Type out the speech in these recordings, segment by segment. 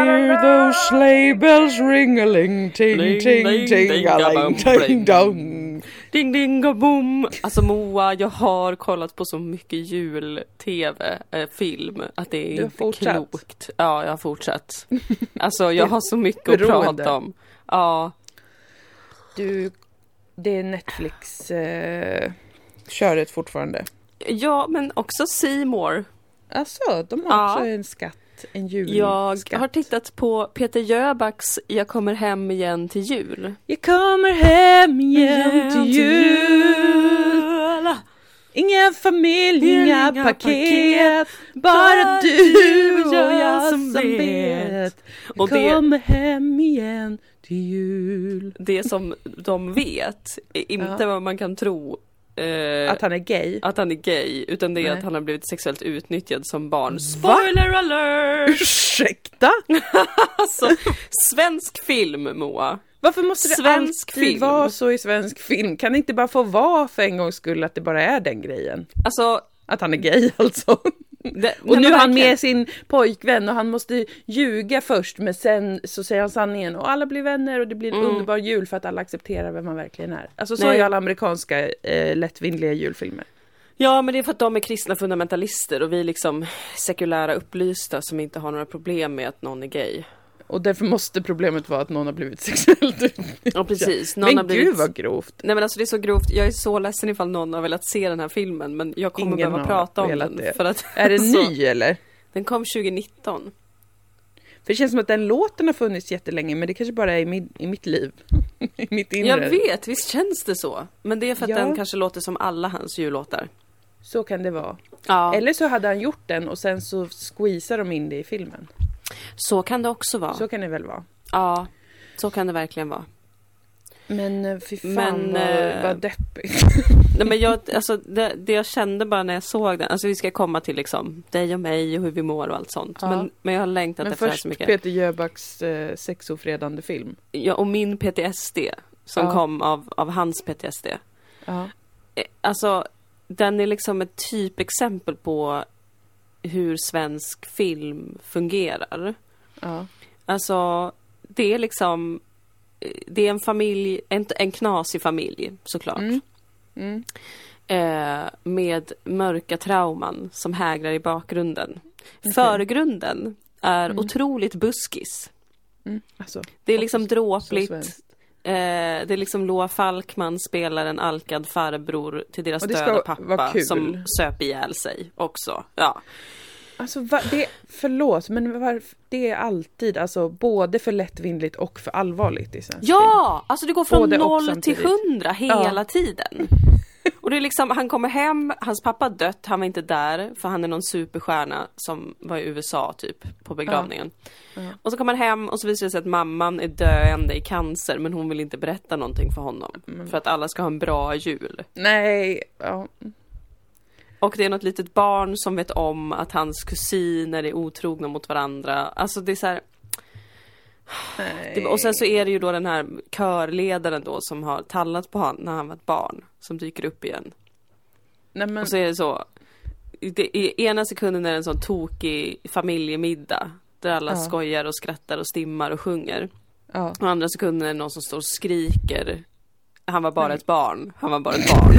Hear those sleigh bells ring-a-ling, ting, ting, ting-a-ling, ting-dong. Ding ding och boom. Alltså Moa, jag har kollat på så mycket jul-tv-film att det är inte klokt. Ja, jag har fortsatt. Alltså jag har så mycket att prata om. Ja. Du, det är Netflix köret fortfarande. Ja, men också C More. Alltså, de har också en skatt. En julskatt. Jag har tittat på Peter Jöbacks Jag kommer hem igen till jul. Jag kommer hem igen till jul. Inga familj, inga paket. Bara du och jag som vet. Jag kommer hem igen till jul. Det som de vet är inte vad man kan tro. Att han är gay. Att han är gay, utan det är att han har blivit sexuellt utnyttjad som barn. Spoiler alert! Ursäkta? Alltså, svensk film, Moa. Varför måste det alltid vara så i svensk film? Kan det inte bara få vara för en gångs skull att det bara är den grejen? Alltså, att han är gay alltså. Och nu är han med sin pojkvän och han måste ljuga först, men sen så säger han sanningen och alla blir vänner och det blir en underbar jul för att alla accepterar vem man verkligen är. Alltså så är alla amerikanska lättvindliga julfilmer. Ja, men det är för att de är kristna fundamentalister och vi är liksom sekulära upplysta som inte har några problem med att någon är gay. Och därför måste problemet vara att någon har blivit sexuellt utnyttjad. Ja, precis. Men har blivit... gud vad grovt. Nej, men alltså det är så grovt. Jag är så ledsen ifall någon har velat se den här filmen, men jag kommer behöva prata om den. För att, är den ny eller? Den kom 2019. För det känns som att den låten har funnits jättelänge, men det kanske bara är i mitt liv. I mitt inre. Jag vet, visst känns det så. Men det är för att den kanske låter som alla hans jullåtar. Så kan det vara. Ja. Eller så hade han gjort den och sen så squeezar de in det i filmen. Så kan det också vara. Så kan det väl vara. Ja, så kan det verkligen vara. Men fy fan vad deppigt. Nej, men det jag kände bara när jag såg den. Alltså vi ska komma till liksom dig och mig och hur vi mår och allt sånt. Ja. Men jag har längtat efter det här så mycket. Men först Peter Jöbacks sexofredande film. Ja, och min PTSD som kom av hans PTSD. Ja. Alltså den är liksom ett typexempel på hur svensk film fungerar. Ja. Alltså det är liksom det är en familj, en knasig familj såklart. Med mörka trauman som hägrar i bakgrunden. Okay. Förgrunden är otroligt buskis. Alltså, det är liksom dråpligt. Det är liksom Loa Falkman spelar en alkad farbror till deras döda pappa som söp ihjäl sig också. Ja. Alltså förlåt, men det är alltid alltså både för lättvindligt och för allvarligt i svensk film. Alltså det går från 0 till 100 hela tiden. Och det är liksom, han kommer hem, hans pappa dött, han var inte där för han är någon superstjärna som var i USA typ på begravningen. Och så kommer han hem och så visar det sig att mamman är döende i cancer, men hon vill inte berätta någonting för honom för att alla ska ha en bra jul. Nej, Och det är något litet barn som vet om att hans kusiner är otrogna mot varandra. Alltså det är så här... Och sen så är det ju då den här körledaren då som har tallat på honom när han var ett barn som dyker upp igen. Nej, men... Och så är det så... I ena sekunden är det en sån tokig familjemiddag där alla skojar och skrattar och stimmar och sjunger. Och andra sekunden är det någon som står och skriker. Han var bara ett barn. Han var bara ett barn.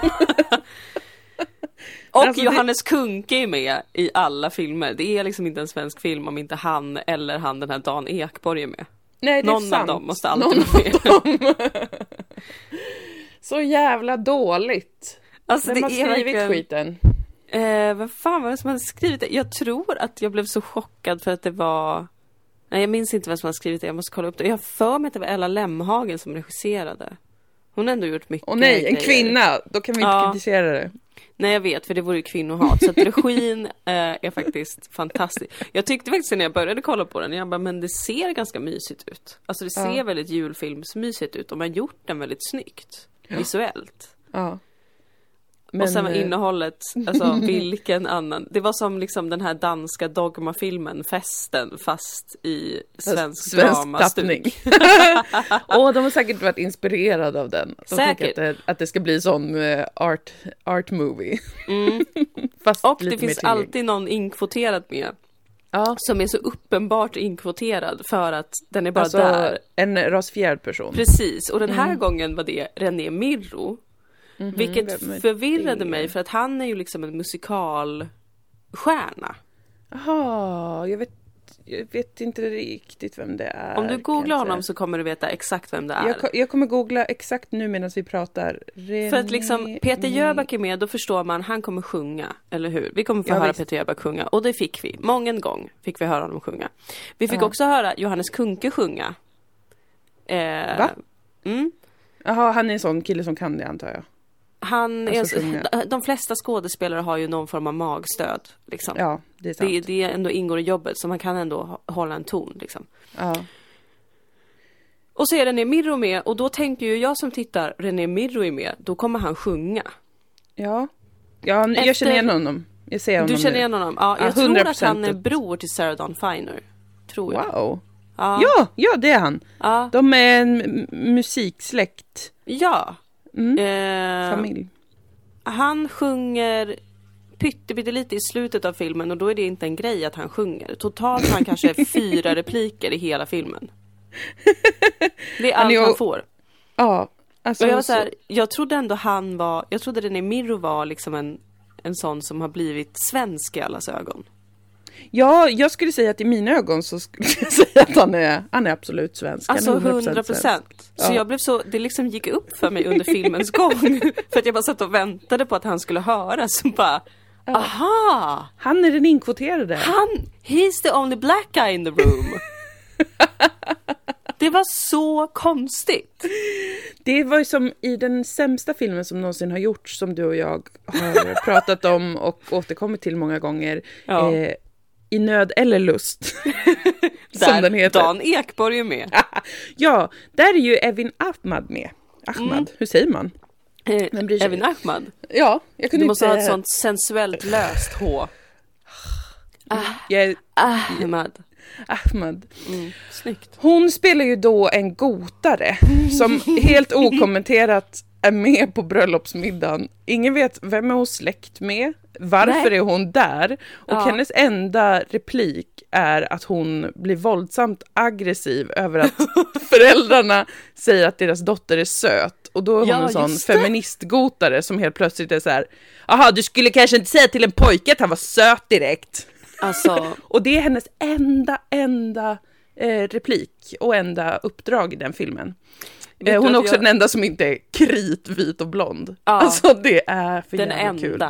Och alltså Johannes Kuhnke är med i alla filmer. Det är liksom inte en svensk film om inte han eller han den här Dan Ekborg är med. Nej, det är någon sant. av dem måste alltid vara med. Så jävla dåligt. Alltså, vem har skrivit skiten? Vad fan var det som hade skrivit det? Jag tror att jag blev så chockad för att det var... Nej, jag minns inte vad som hade skrivit det. Jag måste kolla upp det. Jag har för mig att det var Ella Lemhagen som regisserade. Hon har ändå gjort mycket. Och nej, en kvinna. Då kan vi inte kritisera det. Nej, jag vet, för det vore ju kvinnohat. Så att regin är faktiskt fantastisk. Jag tyckte faktiskt när jag började kolla på den, jag bara, men det ser ganska mysigt ut. Alltså det ser väldigt julfilmsmysigt ut. Och man har gjort den väldigt snyggt. Visuellt. Ja. Men... Och sen var innehållet, alltså vilken annan. Det var som liksom den här danska dogmafilmen Festen fast i svensk dramastuk. Och de har säkert varit inspirerade av den. De säkert. Att det ska bli sån art movie. Fast och det finns alltid någon inkvoterad med som är så uppenbart inkvoterad för att den är bara där. En rasifierad person. Precis, och den här gången var det René Mirro. Vilket förvirrade mig, för att han är ju liksom en musikalstjärna. Jaha, jag vet inte riktigt vem det är. Om du googlar honom så kommer du veta exakt vem det är. Jag kommer googla exakt nu medan vi pratar. För att liksom Peter Jöback är med, då förstår man, han kommer sjunga, eller hur? Vi kommer få höra Peter Jöback sjunga, och det fick vi. Många gång fick vi höra honom sjunga. Vi fick också höra Johannes Kuhnke sjunga. Va? Jaha, han är en sån kille som kan det, antar jag. De flesta skådespelare har ju någon form av magstöd liksom. Ja, det är sant. Det ändå ingår i jobbet, så man kan ändå hålla en ton liksom. Ja. Och så är René Mirro med, och då tänker ju jag som tittar, René Mirro är med, då kommer han sjunga. Ja, jag känner igen honom. Jag ser honom. Du känner igen honom? Ja, jag tror att han är bror till Sarah Dawn Finer. Tror jag. Wow. Ja, det är han. Ja. De är en musiksläkt. Ja. Familj. Han sjunger pyttelite i slutet av filmen, och då är det inte en grej att han sjunger. Totalt har han kanske 4 repliker i hela filmen. Det är allt han får. Ja. Alltså, och jag trodde ändå jag trodde René Mirro var liksom en sån som har blivit svensk i allas ögon. Ja, jag skulle säga att i mina ögon så skulle jag säga att han är absolut svensk. Alltså 100%. Så jag blev det liksom gick upp för mig under filmens gång. För att jag bara satt och väntade på att han skulle höras. Så bara, aha! Han är den inkvoterade. He's the only black guy in the room. Det var så konstigt. Det var ju som i den sämsta filmen som någonsin har gjorts, som du och jag har pratat om och återkommit till många gånger. Ja. I nöd eller lust. Som den heter. Dan Ekborg är med. Ja, där är ju Evin Ahmad med. Hur säger man? Evin Ahmad? Ja, jag kunde du måste ha ett sånt sensuellt löst H. Ahmad. Snyggt. Hon spelar ju då en gotare som helt okommenterat är med på bröllopsmiddagen. Ingen vet vem är hon släkt med, varför är hon där, och hennes enda replik är att hon blir våldsamt aggressiv över att föräldrarna säger att deras dotter är söt, och då är hon en sån feministgotare som helt plötsligt är så här: aha, du skulle kanske inte säga till en pojke att han var söt direkt. Alltså. Och det är hennes enda replik och enda uppdrag i den filmen. Hon är också den enda som inte är kritvit och blond. Ja, alltså det är för jävla kul.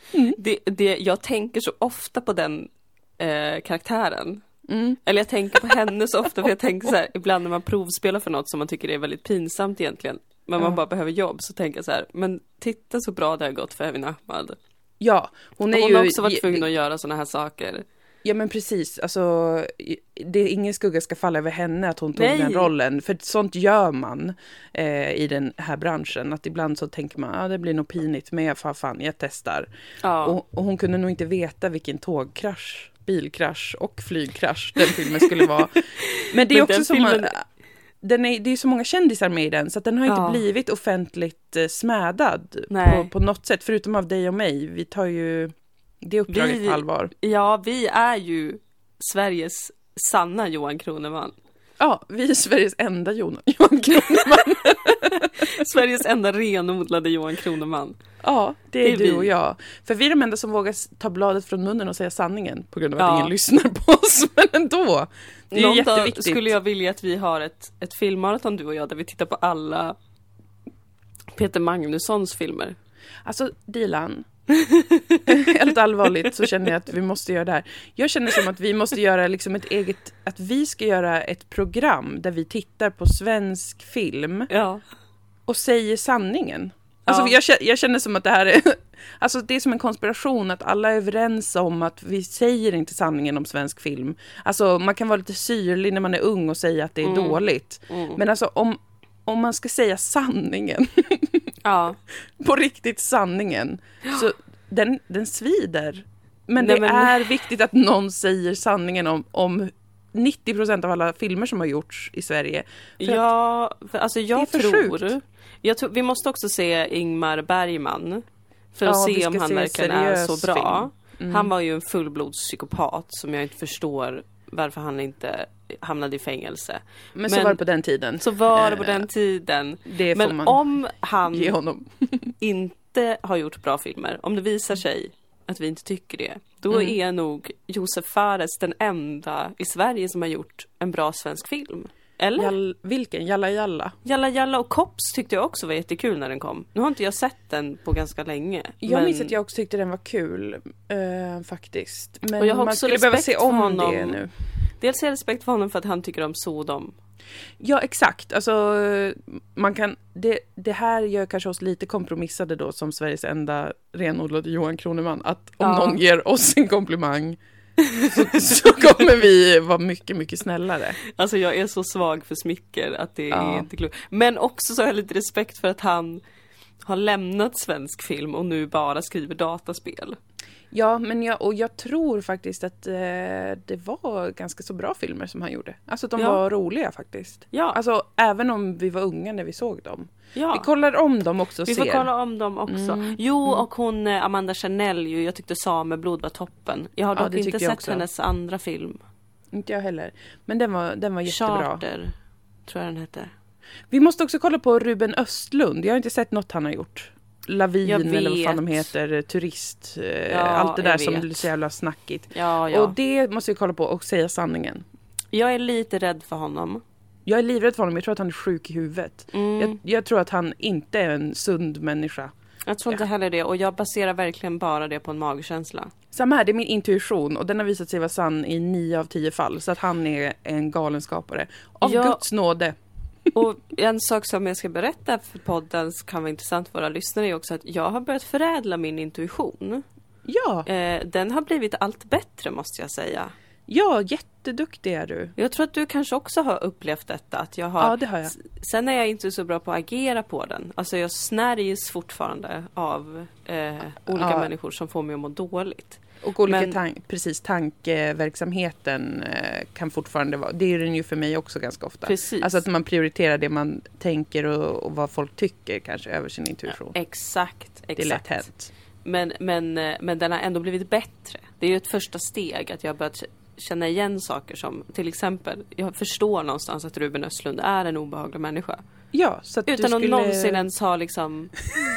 Jag tänker så ofta på den karaktären. Eller jag tänker på henne så ofta, för jag tänker så här, ibland när man provspelar för något som man tycker är väldigt pinsamt egentligen, men man bara behöver jobb, så tänker jag så här, men titta så bra det har gått för Evin Ahmad. Ja, hon har också varit tvungen att göra såna här saker. Ja, men precis. Alltså, det är ingen skugga ska falla över henne att hon tog den rollen. För sånt gör man i den här branschen. Att ibland så tänker man, det blir nog pinigt, men jag testar. Ja. Och hon kunde nog inte veta vilken tågkrasch, bilkrasch och flygkrasch den filmen skulle vara. Men det är också som det är så många kändisar med i den, så att den har inte blivit offentligt smädad på något sätt, förutom av dig och mig. Vi tar ju det uppdraget på allvar. Ja, vi är ju Sveriges sanna Johan Kroneman. Ja, vi är Sveriges enda Johan Kroneman. Sveriges enda renodlade Johan Kroneman. Ja, det är du och jag. För vi är de enda som vågar ta bladet från munnen och säga sanningen, på grund av att ingen lyssnar på oss. Men ändå, det är ju jätteviktigt. Skulle jag vilja att vi har ett filmmaraton, du och jag, där vi tittar på alla Peter Magnussons filmer. Alltså, Dilan, helt allvarligt så känner jag att vi måste göra det här. Jag känner som att vi måste göra liksom ett eget, att vi ska göra ett program där vi tittar på svensk film och säger sanningen. Alltså jag känner som att det här är, alltså det är som en konspiration, att alla är överens om att vi säger inte sanningen om svensk film. Alltså man kan vara lite syrlig när man är ung och säga att det är dåligt. Men alltså om man ska säga sanningen, på riktigt sanningen, så den svider. Men det är viktigt att någon säger sanningen om 90% av alla filmer som har gjorts i Sverige. Jag tror vi måste också se Ingmar Bergman för att se om han verkligen är så bra. Han var ju en fullblodspsykopat som jag inte förstår varför han inte hamnade i fängelse. Men så var det på den tiden. Så var det på den tiden. Men om han ge honom. inte har gjort bra filmer, om det visar sig att vi inte tycker det, då är nog Josef Fares den enda i Sverige som har gjort en bra svensk film. Eller? Vilken? Jalla Jalla? Jalla Jalla och Kops tyckte jag också var jättekul när den kom. Nu har inte jag sett den på ganska länge. Jag minns att jag också tyckte den var kul, faktiskt. Men och jag har man också skulle behöva se om honom. det nu. Dels har jag respekt för honom för att han tycker om Sodom. Ja, exakt. Alltså, man kan, det här gör kanske oss lite kompromissade då som Sveriges enda renodlade Johan Kroneman. Att om någon ger oss en komplimang så kommer vi vara mycket, mycket snällare. Alltså jag är så svag för smicker att det är inte klokt. Men också så har jag lite respekt för att han har lämnat svensk film och nu bara skriver dataspel. Ja, men jag tror faktiskt att det var ganska så bra filmer som han gjorde. Alltså de var roliga faktiskt. Ja. Alltså även om vi var unga när vi såg dem. Ja. Vi kollar om dem också och Vi får kolla om dem också. Och hon Amanda Chanel, jag tyckte Sameblod var toppen. Jag har dock inte sett hennes andra film. Inte jag heller. Men den var jättebra. Charter, tror jag den hette. Vi måste också kolla på Ruben Östlund. Jag har inte sett något han har gjort. Lavin eller vad fan de heter, turist, allt det där som är så jävla snackigt. Ja. Och det måste vi kolla på och säga sanningen. Jag är lite rädd för honom. Jag är livrädd för honom, jag tror att han är sjuk i huvudet. Jag tror att han inte är en sund människa. Jag tror inte heller det, och jag baserar verkligen bara det på en magkänsla. Samma här, det är min intuition och den har visat sig vara sann i 9 av 10 fall. Så att han är en galenskapare. Av Guds nåde. Och en sak som jag ska berätta för podden kan vara intressant för våra lyssnare är också att jag har börjat förädla min intuition. Ja. Den har blivit allt bättre, måste jag säga. Ja, jätteduktig är du. Jag tror att du kanske också har upplevt detta. Att jag har, ja, det har jag. Sen är jag inte så bra på att agera på den. Alltså jag snärjs fortfarande av olika människor som får mig att må dåligt. Och olika tankeverksamheten kan fortfarande vara, det är den ju för mig också ganska ofta. Precis. Alltså att man prioriterar det man tänker och vad folk tycker kanske över sin intuition. Ja, exakt. Det är lätt hänt. Men den har ändå blivit bättre. Det är ju ett första steg att jag har börjat känna igen saker som, till exempel, jag förstår någonstans att Ruben Östlund är en obehaglig människa. Ja, så att utan att någonsin ens ha liksom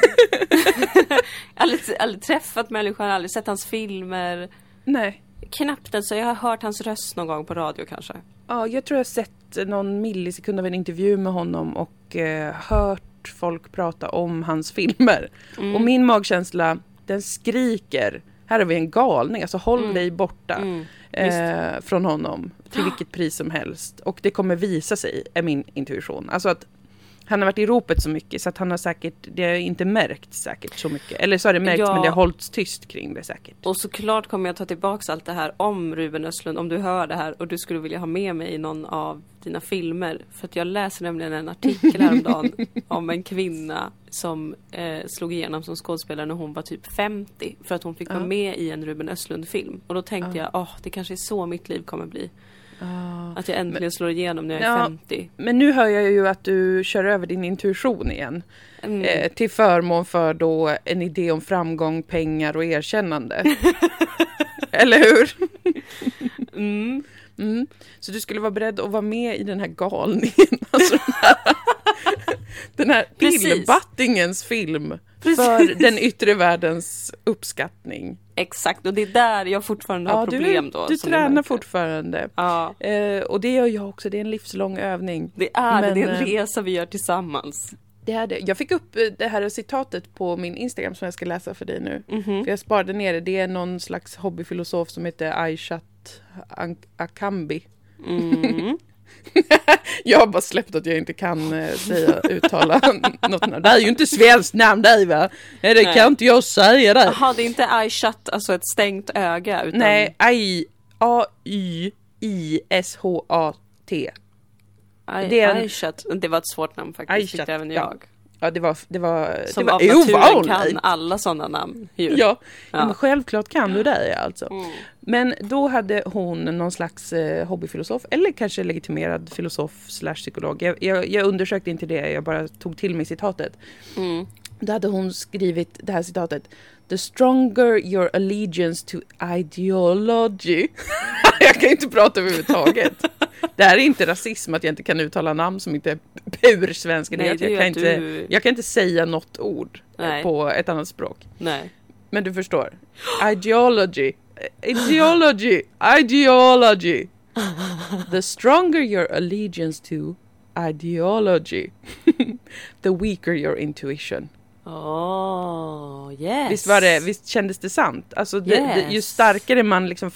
aldrig träffat människan, aldrig sett hans filmer. Nej. Knappt ens, så jag har hört hans röst någon gång på radio kanske. Ja, jag tror jag har sett någon millisekund av en intervju med honom och hört folk prata om hans filmer. Och min magkänsla, den skriker, här har vi en galning, alltså håll dig borta från honom till vilket pris som helst. Och det kommer visa sig, är min intuition. Alltså att han har varit i ropet så mycket så att han har säkert, det har inte märkt säkert så mycket. Eller så har det märkt men det har hållits tyst kring det säkert. Och såklart kommer jag ta tillbaka allt det här om Ruben Östlund, om du hör det här och du skulle vilja ha med mig i någon av dina filmer. För att jag läser nämligen en artikel häromdagen om en kvinna som slog igenom som skådespelare när hon var typ 50. För att hon fick vara med i en Ruben Östlund-film. Och då tänkte jag, det kanske är så mitt liv kommer bli. Att jag äntligen slår igenom när jag är 50. Men nu hör jag ju att du kör över din intuition igen. Till förmån för då en idé om framgång, pengar och erkännande. Eller hur? Så du skulle vara beredd att vara med i den här galningen. Alltså den här tillbattingens film. För den yttre världens uppskattning. Exakt, och det är där jag fortfarande har problem då. Du tränar fortfarande. Ja. Och det gör jag också, det är en livslång övning. Det är en resa vi gör tillsammans. Det är det. Jag fick upp det här citatet på min Instagram som jag ska läsa för dig nu. För jag sparade ner det. Det är någon slags hobbyfilosof som heter Aishat Akambi. Jag har bara släppt att jag inte kan uttala något namn. Det är ju inte svenskt namn där, va? Nej, det kan inte jag säga där. Jaha, det är inte Aishat, alltså ett stängt öga. Utan... Nej, A-Y-I-S-H-A-T. Aishat, det var ett svårt namn faktiskt. Aishat, även jag. Ja, det var som det var ovanligt. Kan alla sådana namn. Ja, men självklart kan du det alltså. Men då hade hon någon slags hobbyfilosof eller kanske legitimerad filosof/psykolog. Jag undersökte inte det, jag bara tog till mig citatet. Då hade hon skrivit det här citatet. The stronger your allegiance to ideology. Jag kan inte prata överhuvudtaget. Det här är inte rasism att jag inte kan uttala namn som inte är pur svenska. Jag kan inte säga något ord på ett annat språk. Nej. Men du förstår. Ideology. The stronger your allegiance to ideology, the weaker your intuition. Yes. Visst kändes det sant? Alltså ju starkare man liksom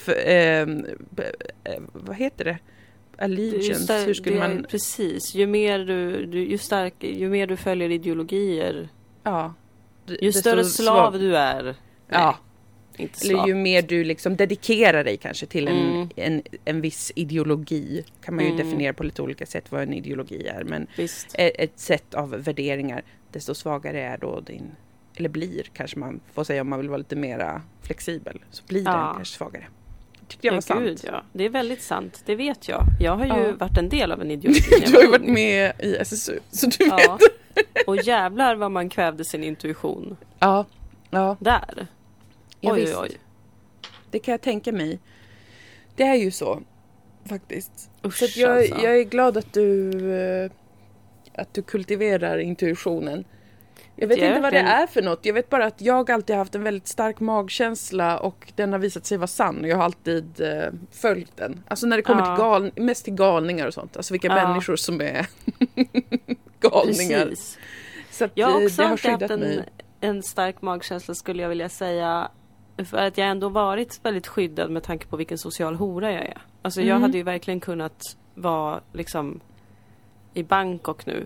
vad heter det? Allegiance, hur skulle man... Precis, ju mer du följer ideologier. Ja. Ju större slav du är. Nej, ja. Inte slav. Eller ju mer du liksom dedikerar dig kanske till en viss ideologi. Kan man ju definiera på lite olika sätt vad en ideologi är. Men ett sätt av värderingar, desto svagare är då din... Eller blir, kanske man får säga om man vill vara lite mer flexibel. Så blir den kanske svagare. Tyckte jag var sant. Gud, ja. Det är väldigt sant, det vet jag. Jag har ju varit en del av en ideologi. Du har ju varit med i SSU, så du vet. Och jävlar vad man kvävde sin intuition. Ja. Där. Oj. Det kan jag tänka mig. Det är ju så, faktiskt. Usch, så att jag är glad att du kultiverar intuitionen. Jag vet inte vad det är för något. Jag vet bara att jag alltid haft en väldigt stark magkänsla och den har visat sig vara sann. Och jag har alltid följt den. Alltså när det kommer till mest till galningar och sånt. Alltså vilka människor som är galningar. Precis. Så att jag har också det har skyddat mig. En stark magkänsla skulle jag vilja säga. För att jag ändå varit väldigt skyddad med tanke på vilken social hora jag är. Alltså jag hade ju verkligen kunnat vara liksom i Bangkok nu.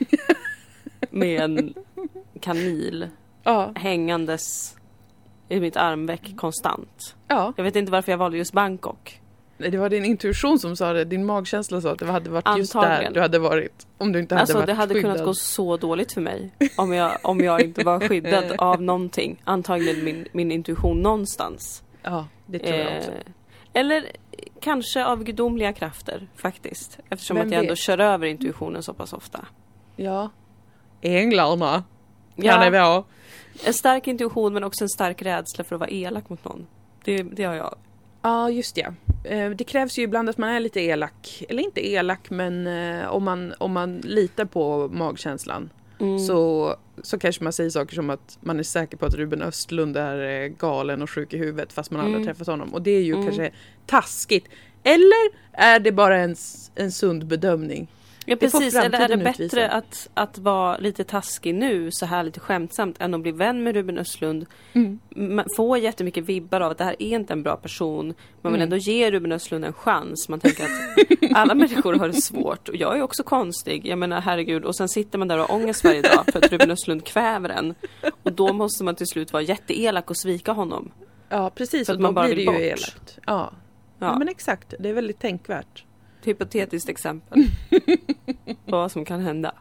Med en kanil hängandes i mitt armveck konstant. Ja. Jag vet inte varför jag valde just Bangkok. Nej, det var din intuition som sa det. Din magkänsla sa att det hade varit just där du hade varit. Om du inte hade varit det hade skyddad. Kunnat gå så dåligt för mig. Om jag inte var skyddad av någonting. Antagligen min intuition någonstans. Ja, det tror jag också. Eller kanske av gudomliga krafter faktiskt. Eftersom att jag ändå kör över intuitionen så pass ofta. Ja. Änglarna. Kan det vara. En stark intuition men också en stark rädsla för att vara elak mot någon. Det har jag. Ja, just det. Det krävs ju ibland att man är lite elak. Eller inte elak, men om man litar på magkänslan. Så kanske man säger saker som att man är säker på att Ruben Östlund är galen och sjuk i huvudet fast man aldrig träffat honom. Och det är ju kanske taskigt. Eller är det bara en sund bedömning? Ja, precis. Eller är det bättre att vara lite taskig nu, så här lite skämtsamt, än att bli vän med Ruben Östlund. Man får jättemycket vibbar av att det här är inte en bra person. Man vill ändå ge Ruben Östlund en chans. Man tänker att alla människor har det svårt. Och jag är också konstig. Jag menar, herregud. Och sen sitter man där och har ångest varje dag för att Ruben Östlund kväver en. Och då måste man till slut vara jätteelak och svika honom. Ja, precis. För att man bara vill bort. Elakt. Ja, men exakt. Det är väldigt tänkvärt. Hypotetiskt exempel på vad som kan hända.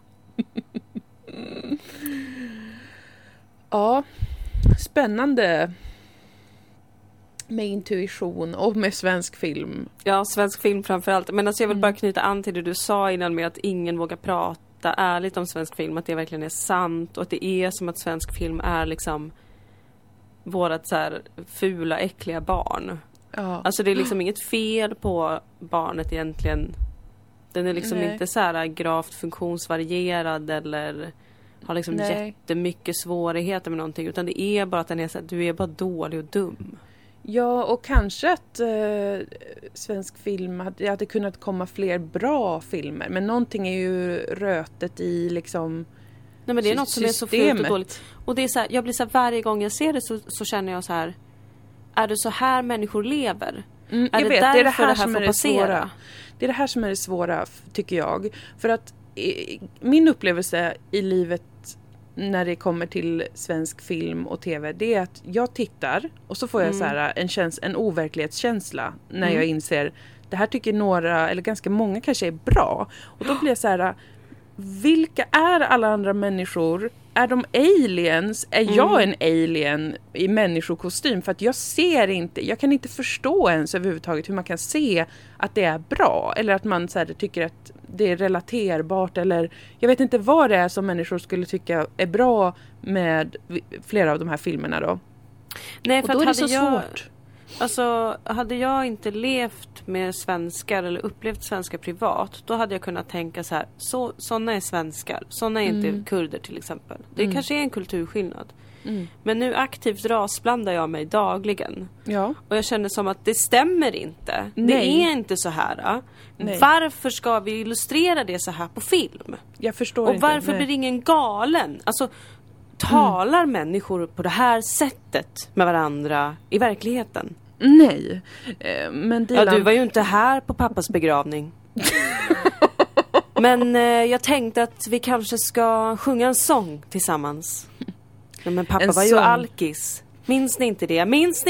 Ja, spännande med intuition och med svensk film. Ja, svensk film framförallt. Men alltså jag vill bara knyta an till det du sa innan med att ingen vågar prata ärligt om svensk film. Att det verkligen är sant och att det är som att svensk film är liksom vårat så här fula, äckliga barn. Ja. Alltså det är liksom inget fel på barnet egentligen. Den är liksom inte så här gravt funktionsvarierad eller har liksom jättemycket svårigheter med någonting, utan det är bara att den är så här, du är bara dålig och dum. Ja, och kanske att svensk film hade kunnat komma fler bra filmer, men någonting är ju rötet i liksom. Nej, men det är något som är så fult och dåligt. Och det är så här, jag blir så här, varje gång jag ser det så känner jag så här, är det så här människor lever? Är det därför det här som är det svåra? Det är det här som är det svåra, tycker jag. För att min upplevelse i livet när det kommer till svensk film och tv, det är att jag tittar och så får jag så här en overklighetskänsla när jag inser, det här tycker några, eller ganska många kanske är bra. Och då blir jag så här, vilka är alla andra människor? Är de aliens? Är jag en alien i människokostym? För att jag kan inte förstå ens överhuvudtaget hur man kan se att det är bra. Eller att man så här, tycker att det är relaterbart. Eller jag vet inte vad det är som människor skulle tycka är bra med flera av de här filmerna då. Nej, för och då att är det så svårt. Alltså, hade jag inte levt med svenskar eller upplevt svenskar privat, då hade jag kunnat tänka så här, såna är svenskar, såna är inte kurder till exempel. Det kanske är en kulturskillnad. Men nu aktivt rasblandar jag mig dagligen. Ja. Och jag känner som att det stämmer inte. Nej. Det är inte så här. Nej. Varför ska vi illustrera det så här på film? Jag förstår och inte. Varför blir ingen galen? Alltså, talar människor på det här sättet med varandra i verkligheten? Nej. Men Dilan... Ja, du var ju inte här på pappas begravning. Men jag tänkte att vi kanske ska sjunga en sång tillsammans. Ja, men pappa var ju alkis. Minns ni inte det?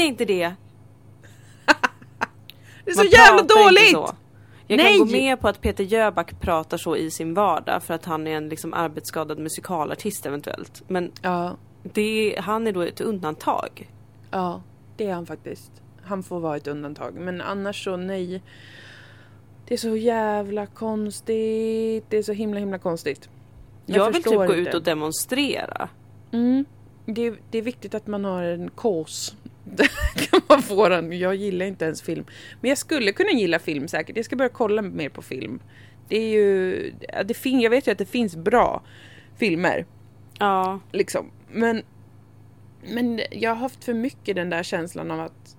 Det är så jävla dåligt! Så. Jag kan gå med på att Peter Jöback pratar så i sin vardag för att han är en liksom arbetsskadad musikalartist eventuellt. Men han är då ett undantag. Ja, det är han faktiskt. Han får vara ett undantag. Men annars så nej. Det är så jävla konstigt. Det är så himla konstigt. Jag vill typ gå ut och demonstrera. Det är viktigt att man har en kurs. Kan man få den. Jag gillar inte ens film. Men jag skulle kunna gilla film säkert. Jag ska börja kolla mer på film. Det är ju... jag vet ju att det finns bra filmer. Ja. Liksom. Men jag har haft för mycket den där känslan av att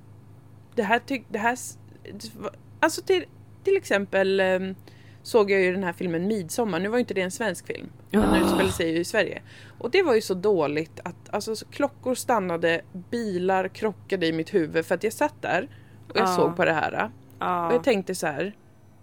alltså till exempel såg jag ju den här filmen Midsommar. Nu var ju inte det en svensk film. Men det spelade sig ju i Sverige. Och det var ju så dåligt att alltså, klockor stannade, bilar krockade i mitt huvud för att jag satt där och jag såg på det här. Och jag tänkte så här,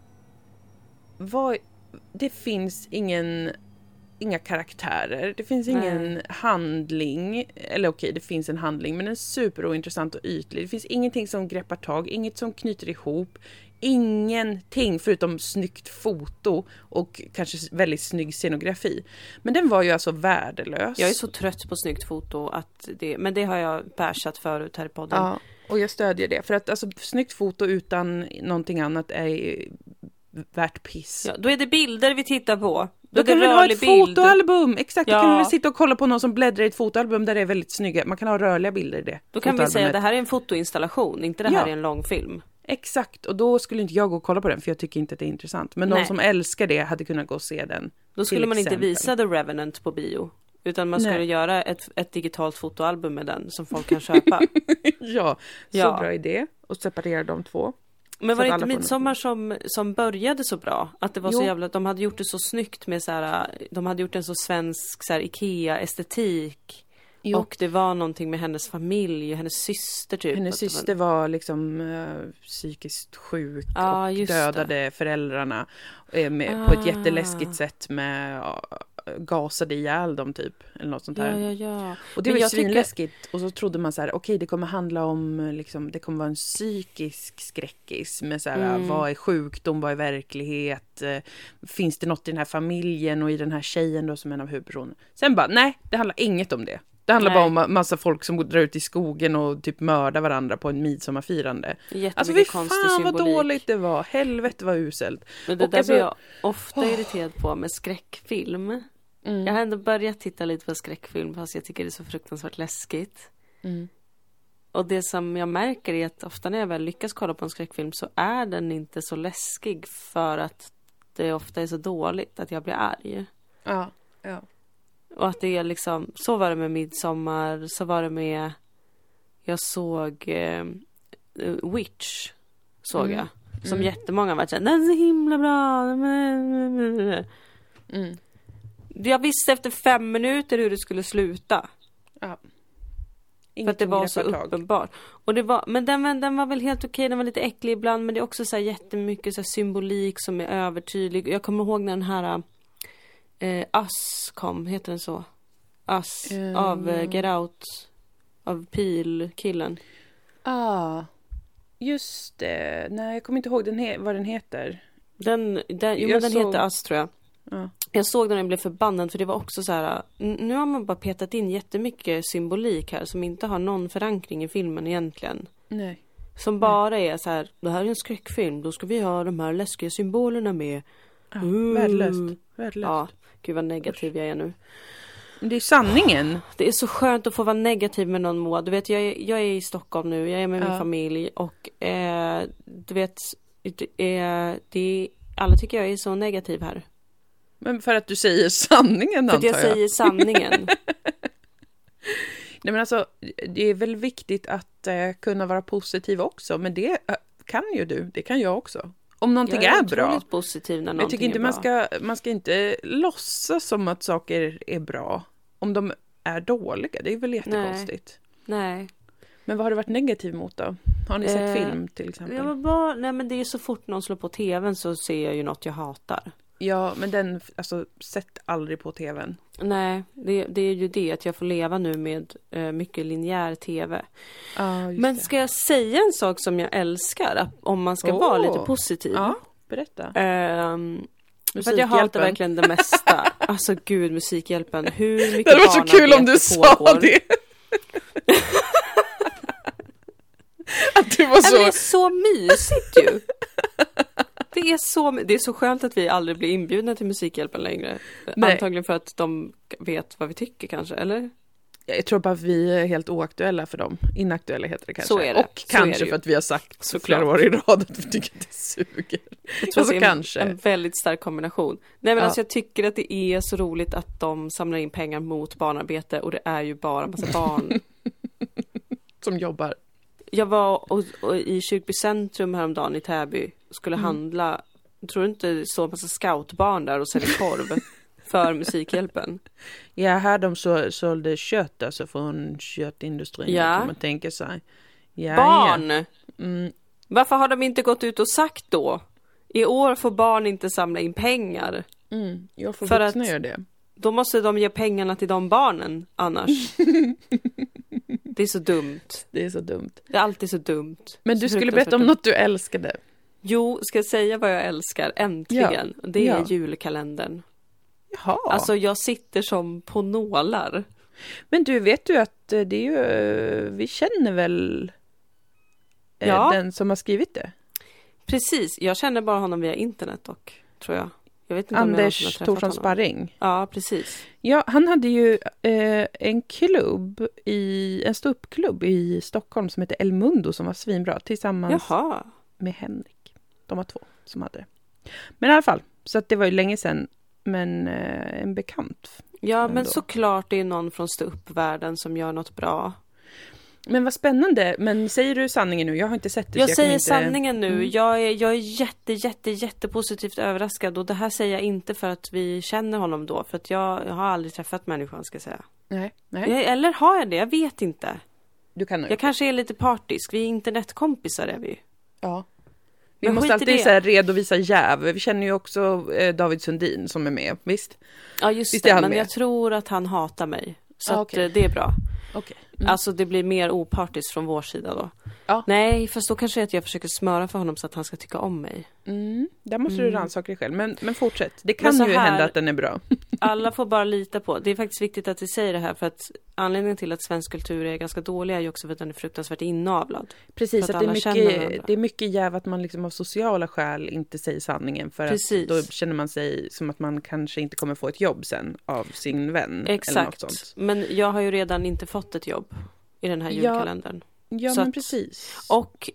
det finns inga karaktärer. Det finns ingen handling. Eller okej, det finns en handling. Men den är superointressant och ytlig. Det finns ingenting som greppar tag. Inget som knyter ihop. Ingenting förutom snyggt foto. Och kanske väldigt snygg scenografi. Men den var ju alltså värdelös. Jag är så trött på snyggt foto. Men det har jag bärsat förut här i podden. Ja, och jag stödjer det. För att alltså, snyggt foto utan någonting annat är värt piss. Ja, då är det bilder vi tittar på. Då kan vi ha ett fotoalbum. Exakt, då kan vi sitta och kolla på någon som bläddrar i ett fotoalbum där det är väldigt snygga. Man kan ha rörliga bilder i det. Då kan vi säga att det här är en fotoinstallation, inte det här är en lång film. Exakt, och då skulle inte jag gå och kolla på den för jag tycker inte att det är intressant. Men de som älskar det hade kunnat gå och se den. Då skulle man inte visa The Revenant på bio. Utan man skulle göra ett digitalt fotoalbum med den som folk kan köpa. Så bra idé. Och separera de två. Men var det inte Midsommar som började så bra? Att det var så jävla... De hade gjort det så snyggt med så här... De hade gjort en så svensk så här, Ikea-estetik. Jo. Och det var någonting med hennes familj och hennes syster typ. Hennes syster var liksom psykiskt sjuk och dödade föräldrarna på ett jätteläskigt sätt med... gasade ihjäl dem typ eller något sånt här. Ja. Och det var ju svinläskigt och så trodde man så här okej, det kommer handla om liksom, det kommer vara en psykisk skräckis med så här vad är sjukdom, vad är verklighet, finns det något i den här familjen och i den här tjejen då som är en av huvudpersonen. Sen bara nej, det handlar inget om det. Det handlar bara om massa folk som drar ut i skogen och typ mördar varandra på en midsommarfirande. Alltså vi fan vad dåligt det var. Helvete var uselt. Men det där blir jag ofta irriterad på med skräckfilm. Jag har ändå börjat titta lite på skräckfilm fast jag tycker det är så fruktansvärt läskigt. Och det som jag märker är att ofta när jag väl lyckas kolla på en skräckfilm så är den inte så läskig för att det ofta är så dåligt att jag blir arg. Ja. Och att det är liksom, så var det med Midsommar, så var det med, jag såg Witch, såg jag. Som jättemånga var såhär, den är så himla bra. Jag visste efter 5 minuter hur det skulle sluta. Ja. För att det var så uppenbart. Och det var, men den var väl helt okej, den var lite äcklig ibland, men det är också så här jättemycket så här symbolik som är övertydlig. Jag kommer ihåg när den här Us kom, heter den så? Us, av Get Out, av Peel-killen. Just det. Nej, jag kommer inte ihåg vad den heter. Den heter Us, tror jag. Jag såg den och blev förbannad för det var också så här, nu har man bara petat in jättemycket symbolik här som inte har någon förankring i filmen egentligen. Nej. Som bara är så här, det här är en skräckfilm, då ska vi ha de här läskiga symbolerna med. Värdelöst. Ja, gud vad negativ jag är nu. Det är sanningen. Det är så skönt att få vara negativ med någon, Moa. Du vet, jag är i Stockholm nu. Jag är med min familj. Och du vet, alla tycker jag är så negativ här. Men för att du säger sanningen, antar jag. För att jag säger sanningen. Nej, men alltså, det är väl viktigt att kunna vara positiv också. Men det kan ju du. Det kan jag också. Om någonting är bra. Positiv när jag tycker inte man ska inte låtsas som att saker är bra. Om de är dåliga. Det är väl jättekonstigt. Nej. Men vad har du varit negativ mot då? Har ni sett film till exempel? Nej, men det är så fort någon slår på tvn så ser jag ju något jag hatar. Ja, men den, alltså, sätt aldrig på tvn. Nej, det är ju det att jag får leva nu med mycket linjär tv. Men ska jag säga en sak som jag älskar? Om man ska vara lite positiv. Ja, berätta. För att jag hatar verkligen det mesta. Alltså gud, Musikhjälpen. Hur mycket det var så kul om du sa det. Att det var så... Det är så mysigt ju. Det är så skönt att vi aldrig blir inbjudna till Musikhjälpen längre. Nej. Antagligen för att de vet vad vi tycker kanske, eller? Jag tror bara att vi är helt oaktuella för dem. Inaktuella heter det kanske. Så är det. Och kanske för att vi har sagt så flera år i rad att vi tycker att det suger. Jag tror att det är en väldigt stark kombination. Nej, men alltså jag tycker att det är så roligt att de samlar in pengar mot barnarbete och det är ju bara en massa barn som jobbar. Jag var i Kyrkby centrum häromdagen i Täby och skulle handla. Tror du inte det står en massa scoutbarn där och säljer korv för Musikhjälpen? Ja, här de sålde kött alltså från köttindustrin, kan man tänka sig. Ja, barn! Ja. Varför har de inte gått ut och sagt då? I år får barn inte samla in pengar. Jag får för vuxna göra det. Då måste de ge pengarna till de barnen annars. Det är så dumt. Det är så dumt. Det är alltid så dumt. Men du skulle berätta om något du älskade. Jo, ska jag säga vad jag älskar? Äntligen. Ja. Det är julkalendern. Jaha. Alltså jag sitter som på nålar. Men du, vet du att det är ju... Vi känner väl den som har skrivit det? Precis. Jag känner bara honom via internet dock, tror jag. Jag vet inte Anders Thorsson Sparring. Ja, precis. Ja, han hade ju en ståuppklubb i Stockholm som heter El Mundo som var svinbra tillsammans med Henrik. De var 2 som hade det. Men i alla fall, så att det var ju länge sedan, men en bekant. Ja, ändå. Men såklart det är någon från ståuppvärlden som gör något bra. Men vad spännande. Men säger du sanningen nu? Jag har inte sett det. Jag säger sanningen nu. Jag är jätte positivt överraskad. Och det här säger jag inte för att vi känner honom då. För att jag har aldrig träffat människan, ska jag säga. Nej. Eller har jag det? Jag vet inte. Jag kanske är lite partisk. Vi är internetkompisar, är vi. Ja. Vi måste alltid så här redovisa jäv. Vi känner ju också David Sundin som är med. Visst? Ja, just det. Men jag tror att han hatar mig. Så att det är bra. Okay. Alltså det blir mer opartiskt från vår sida då. Ja. Nej, fast då kanske att jag försöker smöra för honom så att han ska tycka om mig. Där måste du rannsaka dig själv. Men fortsätt. Det kan ju hända att den är bra. Alla får bara lita på. Det är faktiskt viktigt att vi säger det här. För att anledningen till att svensk kultur är ganska dålig är ju också för att den är fruktansvärt inavlad. Precis, att det är mycket jäv att man liksom av sociala skäl inte säger sanningen. För att då känner man sig som att man kanske inte kommer få ett jobb sen av sin vän. Exakt, eller något sånt. Men jag har ju redan inte fått ett jobb i den här julkalendern. Ja, men precis. Och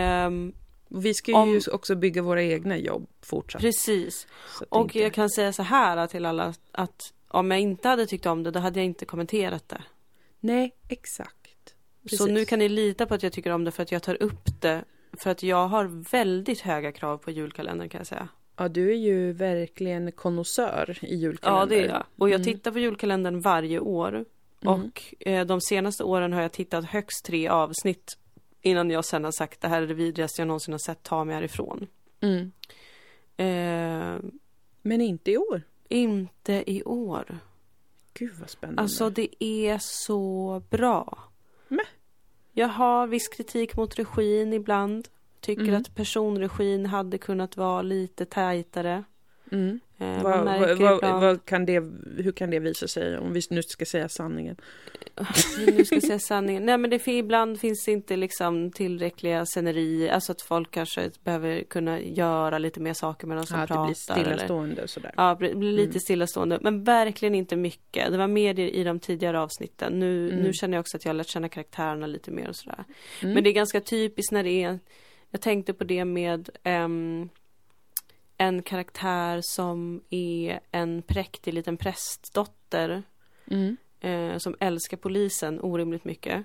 vi ska ju också bygga våra egna jobb fortsatt. Precis. Och jag kan säga så här till alla att om jag inte hade tyckt om det, då hade jag inte kommenterat det. Nej, exakt. Precis. Så nu kan ni lita på att jag tycker om det för att jag tar upp det. För att jag har väldigt höga krav på julkalendern, kan jag säga. Ja, du är ju verkligen konnässör i julkalendern. Ja, det är jag. Och jag tittar på julkalendern varje år. Och de senaste åren har jag tittat högst 3 avsnitt innan jag sen har sagt det här är det vidrigaste jag någonsin har sett, ta mig härifrån. Men inte i år. Inte i år. Gud vad spännande. Alltså det är så bra. Jag har viss kritik mot regin ibland. Tycker att personregin hade kunnat vara lite tajtare. Hur kan det visa sig om vi nu ska säga sanningen? Nej, men ibland finns det inte liksom tillräckliga scenerier, alltså att folk kanske behöver kunna göra lite mer saker med de som pratar. Det blir stillastående sådär. Ja, det blir lite stillastående, men verkligen inte mycket. Det var mer i de tidigare avsnitten. Nu känner jag också att jag har lärt känna karaktärerna lite mer och sådär. Men det är ganska typiskt när det är, jag tänkte på det med en karaktär som är en präktig liten prästdotter som älskar polisen orimligt mycket.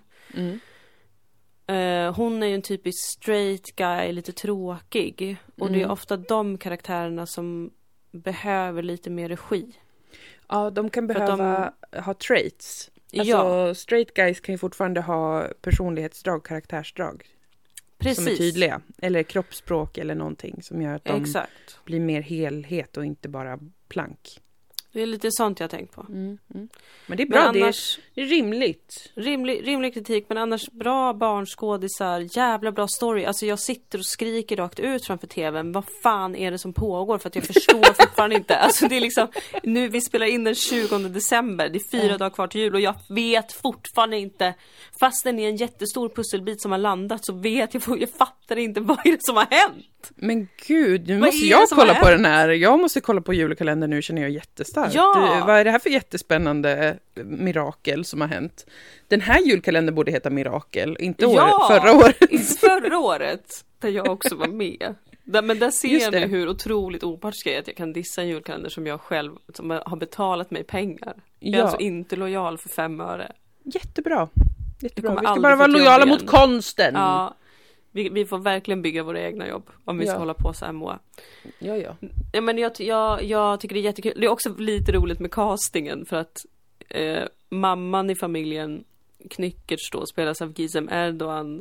Hon är ju en typisk straight guy, lite tråkig. Och det är ofta de karaktärerna som behöver lite mer regi. Ja, de kan behöva ha traits. Alltså straight guys kan ju fortfarande ha personlighetsdrag, karaktärsdrag. Precis. Som är tydliga. Eller kroppsspråk eller någonting som gör att de blir mer helhet och inte bara plank. Det är lite sånt jag har tänkt på. Men det är bra, annars, det är rimligt. Rimlig kritik, men annars bra barnskådisar, jävla bra story. Alltså jag sitter och skriker rakt ut framför tvn. Vad fan är det som pågår? För att jag förstår fortfarande inte. Alltså det är liksom, nu vi spelar in den 20 december. Det är 4 dagar kvar till jul och jag vet fortfarande inte. Fast den är en jättestor pusselbit som har landat så vet jag fattar inte vad är det som har hänt. Men gud, nu måste jag kolla på den här. Jag måste kolla på julkalendern nu, känner jag jättestarkt. Ja. Vad är det här för jättespännande mirakel som har hänt? Den här julkalendern borde heta Mirakel, inte förra året. Förra året, där jag också var med. Men där ser ni hur otroligt opartisk jag är att jag kan dissa en julkalender som jag själv som har betalat mig pengar. Jag är alltså inte lojal för 5 öre. Jättebra. Vi ska bara vara lojala mot konsten. Ja. Vi får verkligen bygga våra egna jobb om vi ska hålla på så här, Moa. Ja. Men jag tycker det är jättekul. Det är också lite roligt med castingen för att mamman i familjen Knyckertz då spelas av Gizem Erdogan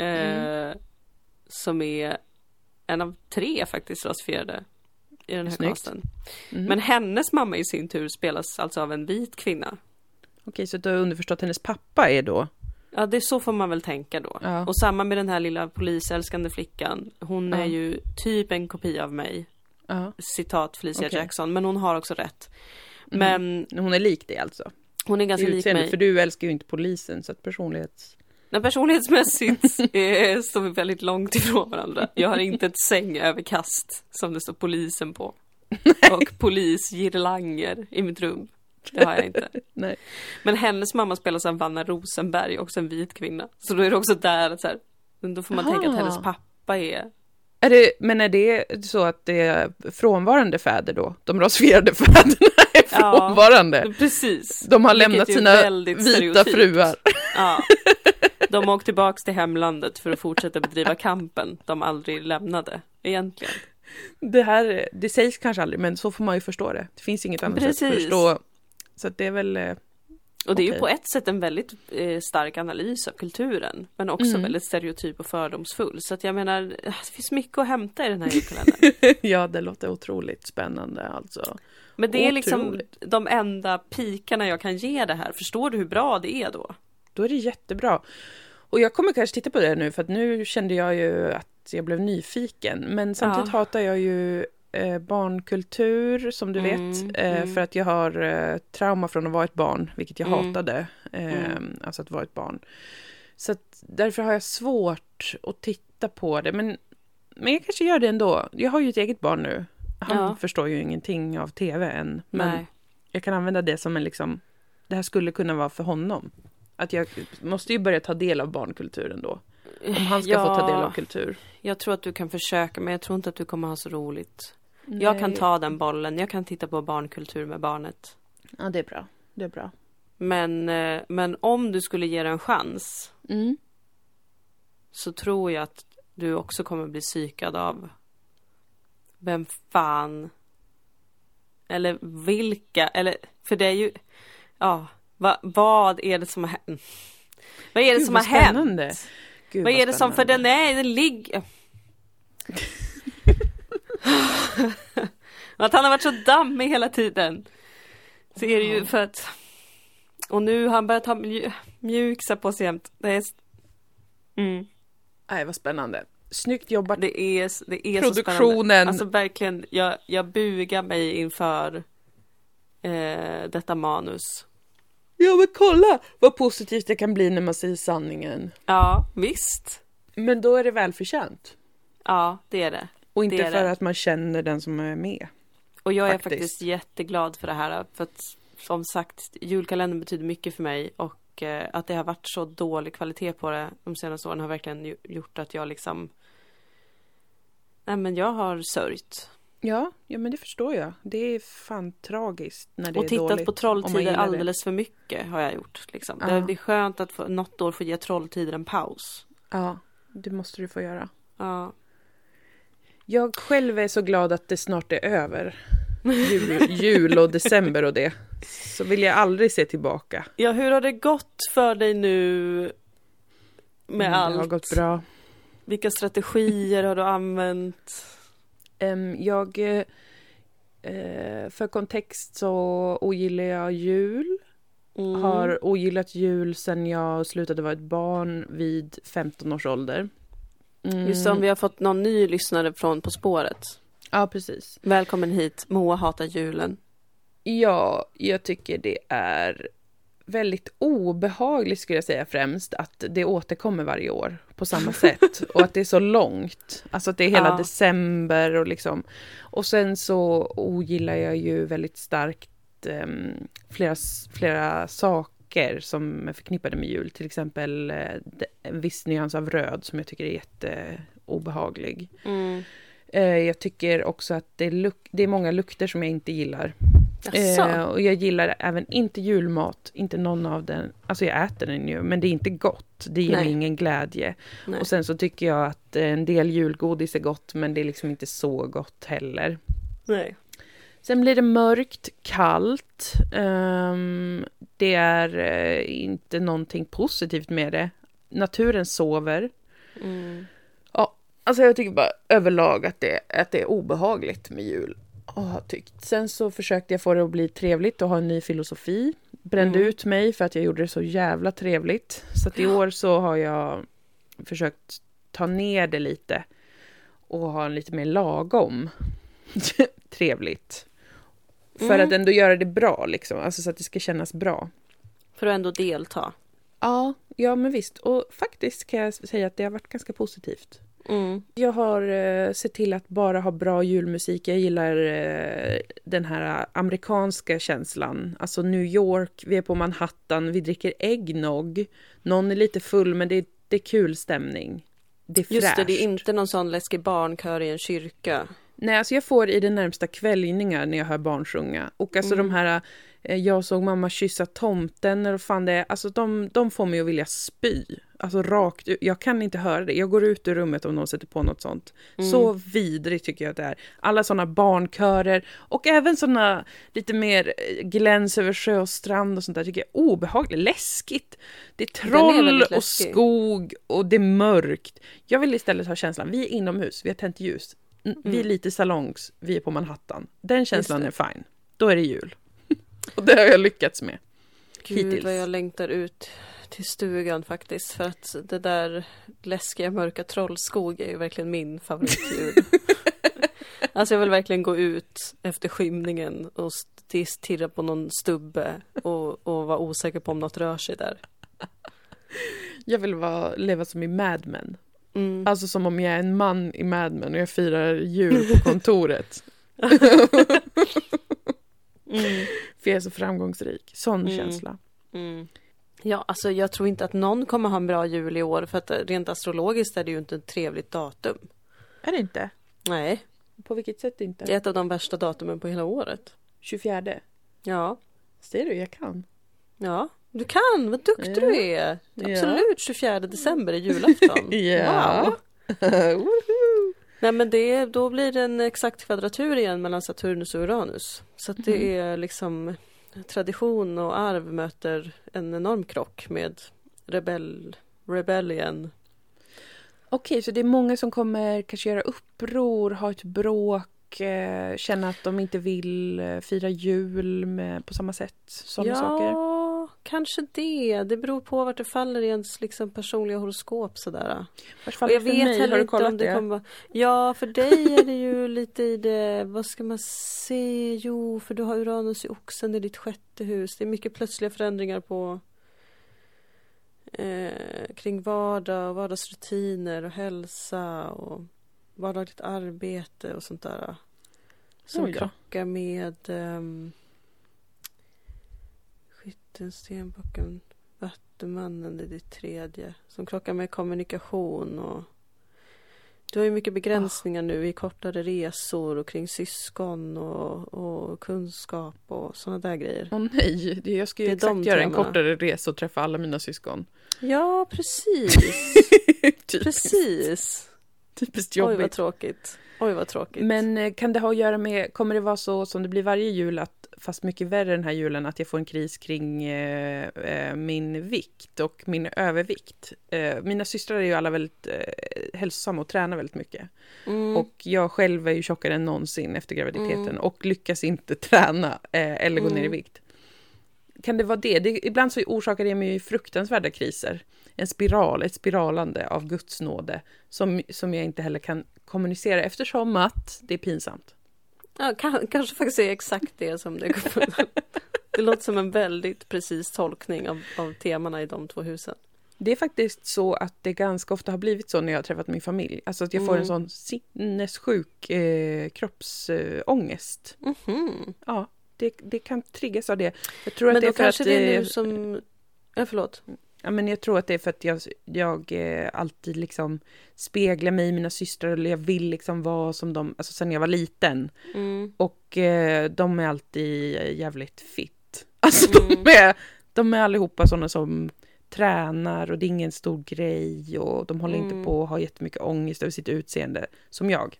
som är en av 3 faktiskt rasifierade i den här casten. Men hennes mamma i sin tur spelas alltså av en vit kvinna. Okej, så du har underförstått att hennes pappa är då? Ja, det är så får man väl tänka då. Ja. Och samma med den här lilla polisälskande flickan. Hon är ju typ en kopia av mig. Citat Felicia Jackson. Men hon har också rätt. Men hon är lik det alltså? Hon är ganska lik mig. För du älskar ju inte polisen så att personlighetsmässigt står vi väldigt långt ifrån varandra. Jag har inte ett sängöverkast som det står polisen på. Och polisgirlanger i mitt rum. Det har jag inte. Nej. Men hennes mamma spelas av Vanna Rosenberg, också en vit kvinna. Så då är det också där att så här, då får man tänka att hennes pappa är... Men är det så att det är frånvarande fäder då? De rasifierade fäderna är frånvarande. Ja, precis. De har lämnat sina vita fruar. Ja. De har åkt tillbaka till hemlandet för att fortsätta bedriva kampen de aldrig lämnade, egentligen. Det sägs kanske aldrig, men så får man ju förstå det. Det finns inget annat sätt att förstå. Så att det är väl... Och det är ju på ett sätt en väldigt stark analys av kulturen. Men också väldigt stereotyp och fördomsfull. Så att jag menar, det finns mycket att hämta i den här julkalendern. Ja, det låter otroligt spännande alltså. Men det är liksom de enda pikarna jag kan ge det här. Förstår du hur bra det är då? Då är det jättebra. Och jag kommer kanske titta på det nu. För att nu kände jag ju att jag blev nyfiken. Men samtidigt hatar jag ju... barnkultur som du vet för att jag har trauma från att vara ett barn, vilket jag hatade alltså att vara ett barn, så att därför har jag svårt att titta på det, men jag kanske gör det ändå. Jag har ju ett eget barn nu, han förstår ju ingenting av tv än, men jag kan använda det som en liksom, det här skulle kunna vara för honom, att jag måste ju börja ta del av barnkulturen då, om han ska få ta del av kultur. Jag tror att du kan försöka, men jag tror inte att du kommer ha så roligt. Nej. Jag kan ta den bollen. Jag kan titta på barnkultur med barnet. Ja, det är bra. Det är bra. Men om du skulle ge det en chans så tror jag att du också kommer bli psykad av vem fan eller vilka, eller för det är ju vad är det som har hänt? Vad är det som har hänt? Gud, vad är det som, för den ligger att han har varit så dammig hela tiden. Så är det ju för att, och nu har han börjat ha mjuksa på sig jämt. Det är Nej, vad spännande. snyggt jobbat. Det är produktionen. Så spännande. Alltså verkligen, jag bugar mig inför detta manus. Ja, men kolla vad positivt det kan bli när man säger sanningen. Ja, visst. Men då är det välförtjänt. Ja, det är det. Och inte det för att man känner den som är med. Och jag är faktiskt jätteglad för det här. För att som sagt, julkalendern betyder mycket för mig. Och att det har varit så dålig kvalitet på det de senaste åren har verkligen gjort att jag liksom... Nej, men jag har sörjt. Ja, men det förstår jag. Det är fan tragiskt när det är dåligt. Och tittat på Trolltider alldeles för mycket har jag gjort. Liksom. Det är skönt att något år få ge Trolltider en paus. Ja, det måste du få göra. Ja. Jag själv är så glad att det snart är över. Jul och december och det. Så vill jag aldrig se tillbaka. Ja, hur har det gått för dig nu med allt? Det har gått bra. Vilka strategier har du använt? För kontext så ogillar jag jul. Har ogillat jul sedan jag slutade vara ett barn vid 15 års ålder. Just som vi har fått någon ny lyssnare från På spåret. Ja, precis. Välkommen hit, Moa hatar julen. Ja, jag tycker det är väldigt obehagligt skulle jag säga främst att det återkommer varje år på samma sätt och att det är så långt. Alltså att det är hela december och liksom. Och sen så ogillar jag ju väldigt starkt flera saker som är förknippade med jul. Till exempel en viss nyans av röd som jag tycker är jätteobehaglig. Jag tycker också att det är många lukter som jag inte gillar. Och jag gillar även inte julmat, inte någon av den. Alltså jag äter den ju, men det är inte gott. Det ger mig ingen glädje. Nej. Och sen så tycker jag att en del julgodis är gott, men det är liksom inte så gott heller. Nej. Sen blir det mörkt, kallt. Det är inte någonting positivt med det. Naturen sover. Ja, alltså jag tycker bara överlag att det är obehagligt med jul. Sen så försökte jag få det att bli trevligt och ha en ny filosofi. Brände ut mig för att jag gjorde det så jävla trevligt. Så att i år så har jag försökt ta ner det lite. Och ha en lite mer lagom trevligt. För att ändå göra det bra liksom. Alltså så att det ska kännas bra. För att ändå delta. Ja men visst. Och faktiskt kan jag säga att det har varit ganska positivt. Jag har sett till att bara ha bra julmusik. Jag gillar den här amerikanska känslan. Alltså New York, vi är på Manhattan, vi dricker eggnog. Någon är lite full men det är kul stämning. Det är fräscht. Just det är inte någon sån läskig barnkör i en kyrka. Nej, alltså jag får i det närmsta kvällningar när jag hör barn sjunga. Och alltså de här, jag såg mamma kyssa tomten och fan det, alltså de får mig att vilja spy. Alltså rakt ut, jag kan inte höra det. Jag går ut ur rummet om någon sätter på något sånt. Så vidrigt tycker jag att det är. Alla såna barnkörer och även såna lite mer gläns över sjö och strand och sånt där tycker jag är obehagligt, läskigt. Det är troll och skog och det är mörkt. Jag vill istället ha känslan, vi är inomhus, vi har tänt ljus. Vi är lite salongs, vi är på Manhattan. Den känslan är fine. Då är det jul. Och det har jag lyckats med. Gud hittills. Vad jag längtar ut till stugan faktiskt. För att det där läskiga mörka trollskog är ju verkligen min favoritjul. Alltså jag vill verkligen gå ut efter skymningen och stirra på någon stubbe och vara osäker på om något rör sig där. Jag vill leva som i Mad Men. Alltså som om jag är en man i Mad Men och jag firar jul på kontoret. För jag är så framgångsrik. Sån känsla. Ja, alltså jag tror inte att någon kommer ha en bra jul i år. För att rent astrologiskt är det ju inte ett trevligt datum. Är det inte? Nej. På vilket sätt inte? Det är ett av de värsta datumen på hela året. 24. Ja. Ser du, jag kan. Ja, du kan. Vad duktig du är. Absolut, 24 december är julafton. Ja. Wow. Nej, men då blir det en exakt kvadratur igen mellan Saturnus och Uranus. Så att det är liksom tradition och arv möter en enorm krock med rebellion. Okej, så det är många som kommer kanske göra uppror, ha ett bråk, känna att de inte vill fira jul på samma sätt. Sådana saker. kanske det. Det beror på vart det faller i ens liksom personliga horoskop sådär. Och jag vet mig, heller inte om det kommer... Ja, för dig är det ju lite i det... Vad ska man se? Jo, för du har Uranus i Oxen i ditt 6:e hus. Det är mycket plötsliga förändringar på... kring vardag och vardagsrutiner och hälsa och vardagligt arbete och sånt där. Som krockar med... Skytten, Stenbocken, Vattumannen i ditt 3:e. Som krockar med kommunikation och du har ju mycket begränsningar nu i kortare resor och kring syskon och kunskap och sådana där grejer. Nej, jag ska ju exakt göra en kortare resa och träffa alla mina syskon. Ja, precis. Precis. Typiskt jobbigt. Oj, vad tråkigt. Men kan det ha att göra med, kommer det vara så som det blir varje jul, att fast mycket värre den här julen, att jag får en kris kring min vikt och min övervikt. Mina systrar är ju alla väldigt hälsosamma och tränar väldigt mycket. Och jag själv är ju tjockare än någonsin efter graviditeten och lyckas inte träna eller gå ner i vikt. Kan det vara det? Ibland så orsakar det mig fruktansvärda kriser. En spiral, ett spiralande av Guds nåde som jag inte heller kan kommunicera eftersom att det är pinsamt. Ja, kanske faktiskt är exakt det som det går. Det låter som en väldigt precis tolkning av temana i de 2 husen. Det är faktiskt så att det ganska ofta har blivit så när jag har träffat min familj. Alltså att jag får en sån sinnessjuk kroppsångest. Ja, det kan triggas av det. Jag tror men att det är för kanske att... det är nu som... Ja, förlåt. Ja, men jag tror att det är för att jag alltid liksom speglar mig i mina systrar, eller jag vill liksom vara som dem, alltså sen jag var liten. Och de är alltid jävligt fit. Alltså de är allihopa sådana som tränar och det är ingen stor grej och de håller inte på att ha jättemycket ångest över sitt utseende som jag.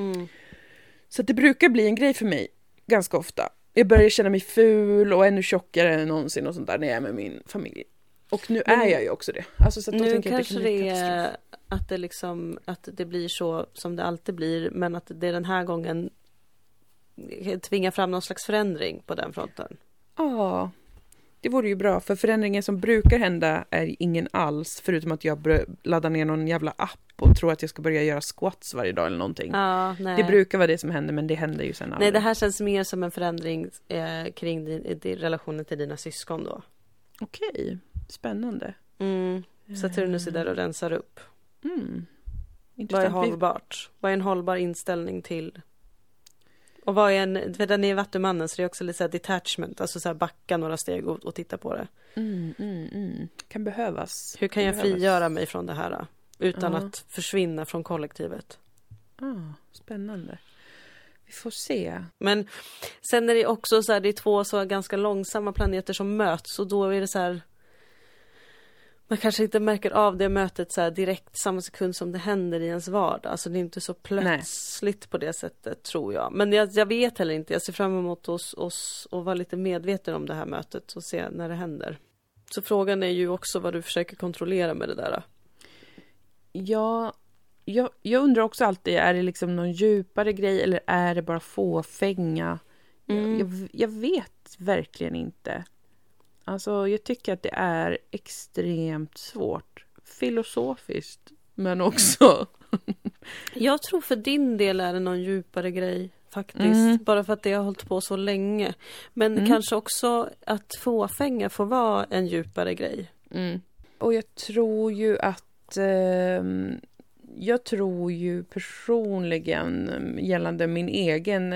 Så att det brukar bli en grej för mig ganska ofta. Jag börjar känna mig ful och ännu tjockare än någonsin och sånt där när jag är med min familj. Och nu är jag ju också det. Alltså, så att nu kanske det är att det liksom, att det blir så som det alltid blir, men att det den här gången tvingar fram någon slags förändring på den fronten. Ja, det vore ju bra. För förändringen som brukar hända är ingen alls, förutom att jag laddar ner någon jävla app och tror att jag ska börja göra squats varje dag eller någonting. Ja, det brukar vara det som händer, men det händer ju sen aldrig. Nej, det här känns mer som en förändring kring relationen till dina syskon då. Okej. Spännande. Saturnus är där och rensar upp. Vad är hållbart? Vad är en hållbar inställning till? Och vad är för den är Vattumannen, så det är också lite så här detachment. Alltså så här backa några steg och titta på det. Kan behövas. Hur kan jag frigöra mig från det här utan att försvinna från kollektivet? Spännande. Vi får se. Men sen är det också så här, det är 2 så ganska långsamma planeter som möts och då är det så här, man kanske inte märker av det mötet så här direkt samma sekund som det händer i ens vardag. Alltså det är inte så plötsligt på det sättet, tror jag. Men jag vet heller inte. Jag ser fram emot oss och vara lite medveten om det här mötet och se när det händer. Så frågan är ju också vad du försöker kontrollera med det där. Ja, jag undrar också alltid, är det liksom någon djupare grej eller är det bara fåfänga? Jag vet verkligen inte. Alltså, jag tycker att det är extremt svårt. Filosofiskt, men också... Jag tror för din del är det någon djupare grej, faktiskt. Bara för att det har hållit på så länge. Men kanske också att fåfänga får vara en djupare grej. Och jag tror ju att... jag tror ju personligen gällande min egen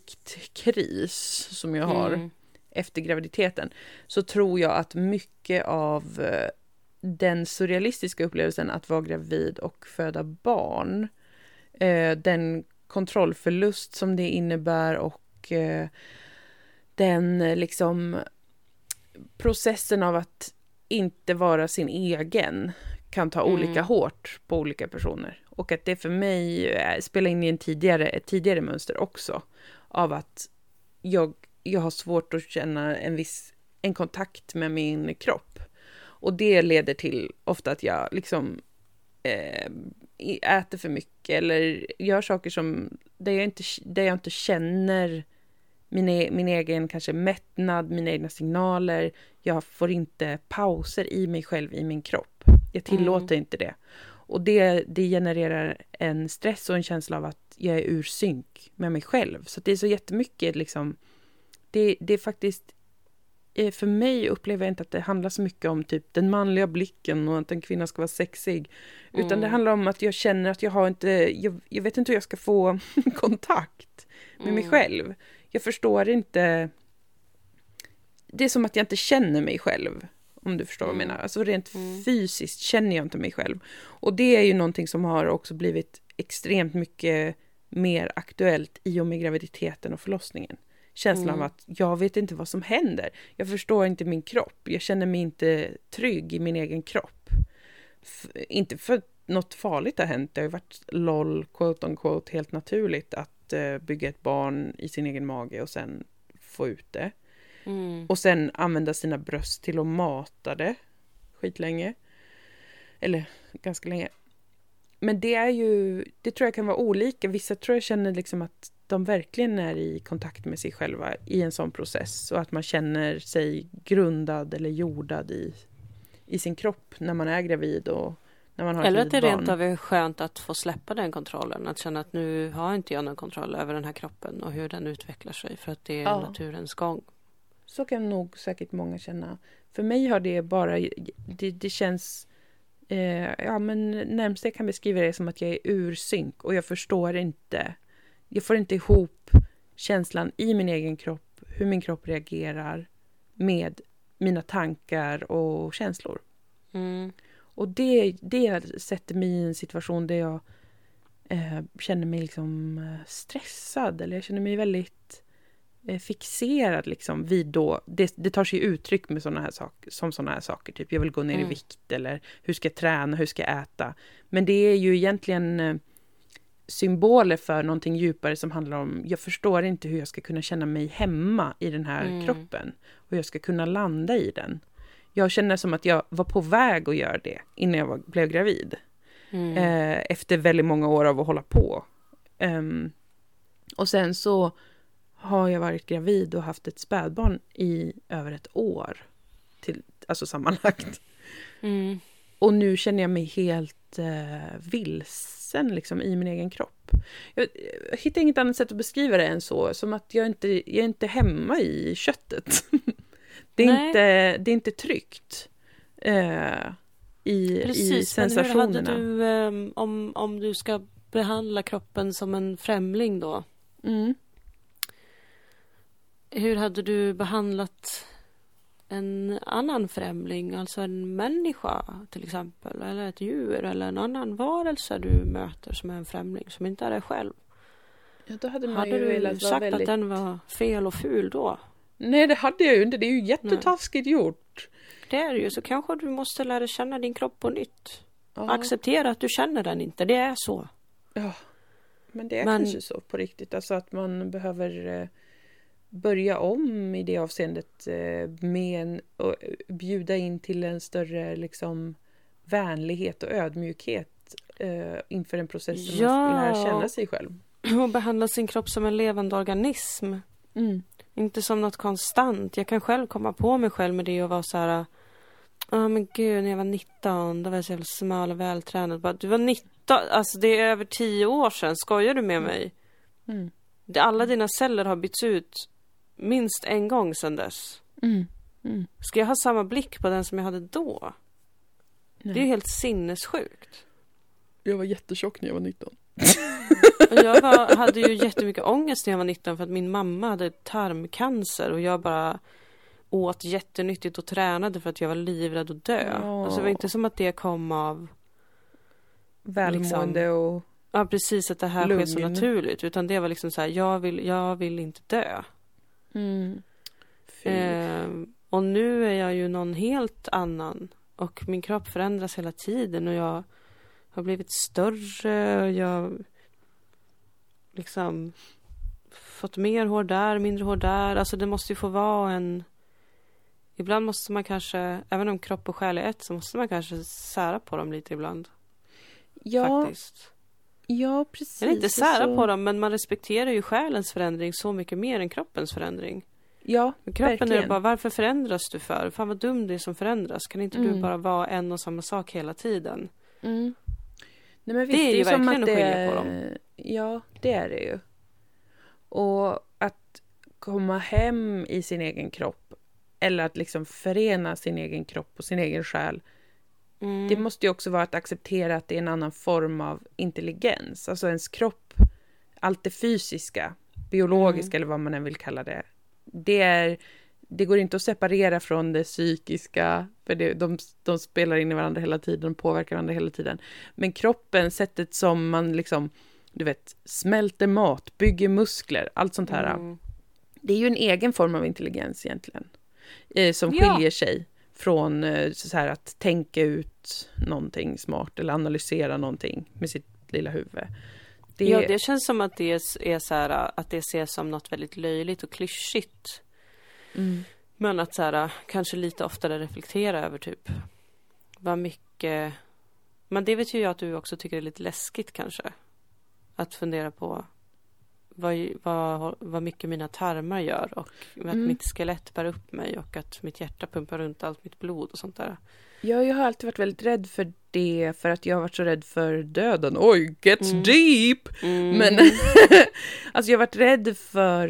viktkris som jag har... efter graviditeten, så tror jag att mycket av den surrealistiska upplevelsen att vara gravid och föda barn, den kontrollförlust som det innebär och den liksom processen av att inte vara sin egen kan ta olika hårt på olika personer. Och att det för mig spelar in i ett tidigare mönster också av att jag har svårt att känna en kontakt med min kropp. Och det leder till ofta att jag liksom äter för mycket eller gör saker som där jag inte känner min egen kanske mättnad, mina egna signaler. Jag får inte pauser i mig själv, i min kropp. Jag tillåter inte det. Och det genererar en stress och en känsla av att jag är ur synk med mig själv. Så det är så jättemycket liksom, det är faktiskt, för mig upplever jag inte att det handlar så mycket om typ den manliga blicken och att en kvinna ska vara sexig. Utan det handlar om att jag känner att jag har inte, jag vet inte hur jag ska få kontakt med mig själv. Jag förstår inte, det är som att jag inte känner mig själv. Om du förstår vad jag menar. Alltså rent fysiskt känner jag inte mig själv. Och det är ju någonting som har också blivit extremt mycket mer aktuellt i och med graviditeten och förlossningen. Känslan av att jag vet inte vad som händer. Jag förstår inte min kropp. Jag känner mig inte trygg i min egen kropp. Inte för något farligt har hänt. Det har ju varit quote on quote, helt naturligt att bygga ett barn i sin egen mage och sen få ut det. Och sen använda sina bröst till att mata det skitlänge. Eller ganska länge. Men det är ju, det tror jag kan vara olika. Vissa tror jag känner liksom att de verkligen är i kontakt med sig själva i en sån process. Och att man känner sig grundad eller jordad i sin kropp när man är gravid och när man har eller ett att det barn. rent av är skönt att få släppa den kontrollen. Att känna att nu har inte jag någon kontroll över den här kroppen och hur den utvecklar sig. För att det är naturens gång. Så kan nog säkert många känna. För mig har det bara, det känns, men närmast jag kan beskriva det som att jag är ur synk och jag förstår inte. Jag får inte ihop känslan i min egen kropp, hur min kropp reagerar med mina tankar och känslor. Och det sätter mig i en situation där jag känner mig liksom stressad, eller jag känner mig väldigt fixerad liksom vid då, det tar sig uttryck med såna här saker, typ jag vill gå ner i vikt, eller hur ska jag träna, hur ska jag äta, men det är ju egentligen symboler för någonting djupare som handlar om, jag förstår inte hur jag ska kunna känna mig hemma i den här kroppen och hur jag ska kunna landa i den. Jag känner som att jag var på väg att göra det innan jag blev gravid. Efter väldigt många år av att hålla på. Och sen så har jag varit gravid och haft ett spädbarn i över ett år. Alltså sammanlagt. Och nu känner jag mig helt vilsen liksom, i min egen kropp. Jag hittar inget annat sätt att beskriva det än så. Som att jag är inte hemma i köttet. Det är inte tryggt i sensationerna. Men hur hade du, om du ska behandla kroppen som en främling då? Hur hade du behandlat en annan främling, alltså en människa till exempel, eller ett djur, eller en annan varelse du möter som är en främling, som inte är dig själv? Ja, då hade du sagt att den var fel och ful då? Nej, det hade jag ju inte. Det är ju jättetaskigt gjort. Det är ju, så kanske du måste lära känna din kropp på nytt. Acceptera att du känner den inte, det är så. Ja, men det är kanske så på riktigt. Alltså att man behöver börja om i det avseendet med och bjuda in till en större liksom vänlighet och ödmjukhet inför en process som man ska lära känna sig själv. Och behandla sin kropp som en levande organism. Inte som något konstant. Jag kan själv komma på mig själv med det och vara så här: men gud, när jag var 19 då var jag så jävla smal och vältränad. Bara, du var 19, alltså det är över 10 år sedan. Skojar du med mig? Alla dina celler har bytts ut minst en gång sedan dess. Ska jag ha samma blick på den som jag hade då? Nej. Det är ju helt sinnessjukt. Jag var jättetjock när jag var 19. Och jag hade ju jättemycket ångest när jag var 19 för att min mamma hade tarmcancer och jag bara åt jättenyttigt och tränade för att jag var livrädd att dö. Alltså det var inte som att det kom av välmående liksom, och ja, precis, att det här sker så naturligt, utan det var liksom så här: jag vill inte dö. Och nu är jag ju någon helt annan och min kropp förändras hela tiden och jag har blivit större och jag liksom fått mer hår där, mindre hår där. Alltså det måste ju få vara en, ibland måste man kanske, även om kropp och själ är ett, så måste man kanske sära på dem lite ibland. Ja, faktiskt. Ja, precis. Jag är inte sära på dem, men man respekterar ju själens förändring så mycket mer än kroppens förändring. Ja, men kroppen verkligen. är bara, varför förändras du för? Fan vad dum det är som förändras. Kan inte du bara vara en och samma sak hela tiden? Nej, men visst, det är ju verkligen att skilja på dem. Ja, det är det ju. Och att komma hem i sin egen kropp, eller att liksom förena sin egen kropp och sin egen själ, det måste ju också vara att acceptera att det är en annan form av intelligens. Alltså ens kropp, allt det fysiska, biologiska eller vad man än vill kalla det. Det går inte att separera från det psykiska, för de spelar in i varandra hela tiden, påverkar varandra hela tiden. Men kroppen, sättet som man liksom, du vet, smälter mat, bygger muskler, allt sånt här. Det är ju en egen form av intelligens egentligen. Som skiljer sig från så här, att tänka ut någonting smart eller analysera någonting med sitt lilla huvud. Det känns som att det är så här, att det ses som något väldigt löjligt och klyschigt. Men att så här, kanske lite oftare reflektera över typ vad mycket, men det vet ju jag att du också tycker är lite läskigt kanske. Att fundera på vad mycket mina tarmar gör och att mitt skelett bär upp mig och att mitt hjärta pumpar runt allt mitt blod och sånt där. Ja, jag har alltid varit väldigt rädd för det, för att jag har varit så rädd för döden. Oj, gets deep! Men alltså jag har varit rädd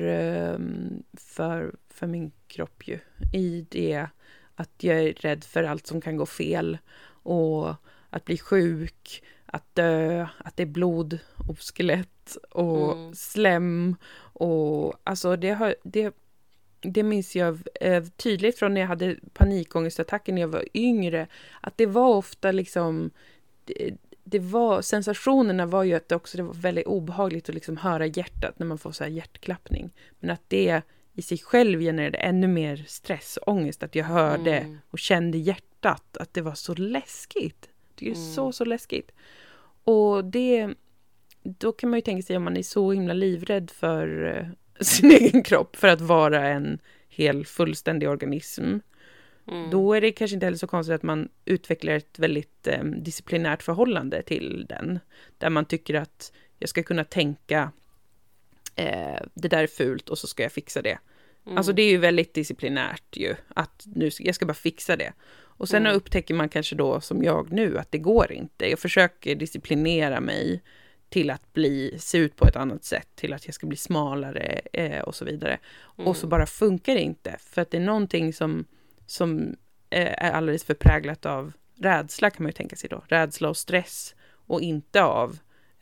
för min kropp ju. I det att jag är rädd för allt som kan gå fel. Och att bli sjuk, att dö, att det är blod och skelett och slem. Och alltså det minns jag tydligt från när jag hade panikångestattacker när jag var yngre. Att det var ofta liksom, sensationerna var ju att det var väldigt obehagligt att liksom höra hjärtat när man får så här hjärtklappning. Men att det i sig själv genererade ännu mer stress och ångest. Att jag hörde och kände hjärtat. Att det var så läskigt. Det är så läskigt. Och då kan man ju tänka sig om man är så himla livrädd för sin egen kropp för att vara en fullständig organism. Då är det kanske inte heller så konstigt att man utvecklar ett väldigt disciplinärt förhållande till den. Där man tycker att jag ska kunna tänka det där är fult och så ska jag fixa det. Alltså det är ju väldigt disciplinärt ju. Att jag ska bara fixa det. Och sen upptäcker man kanske då som jag nu att det går inte. Jag försöker disciplinera mig till att se ut på ett annat sätt, till att jag ska bli smalare och så vidare. Och så bara funkar det inte. För att det är någonting som är alldeles för präglat av rädsla kan man ju tänka sig då. Rädsla och stress och inte av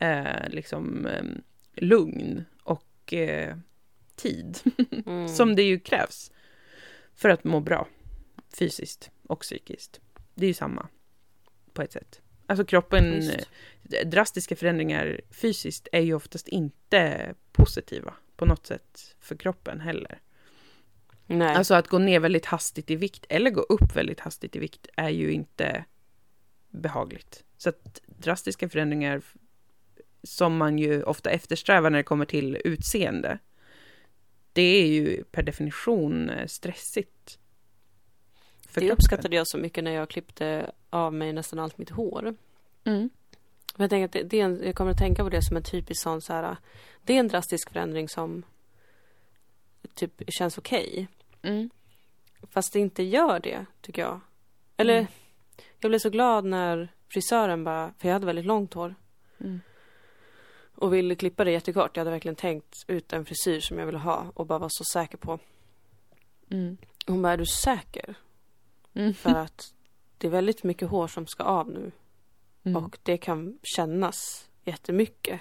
lugn och tid. Som det ju krävs för att må bra fysiskt och psykiskt. Det är ju samma på ett sätt. Alltså kroppen, drastiska förändringar fysiskt är ju oftast inte positiva på något sätt för kroppen heller. Nej. Alltså att gå ner väldigt hastigt i vikt eller gå upp väldigt hastigt i vikt är ju inte behagligt. Så att drastiska förändringar som man ju ofta eftersträvar när det kommer till utseende, det är ju per definition stressigt. Det uppskattade jag så mycket när jag klippte av mig nästan allt mitt hår. Jag tänker att jag kommer att tänka på det som en typisk sån så här, det är en drastisk förändring som typ känns okej. Fast det inte gör det, tycker jag. Eller jag blev så glad när frisören för jag hade väldigt långt hår. Och ville klippa det jättekort. Jag hade verkligen tänkt ut en frisyr som jag ville ha och bara var så säker på. Hon bara, är du säker? För att det är väldigt mycket hår som ska av nu. Och det kan kännas jättemycket.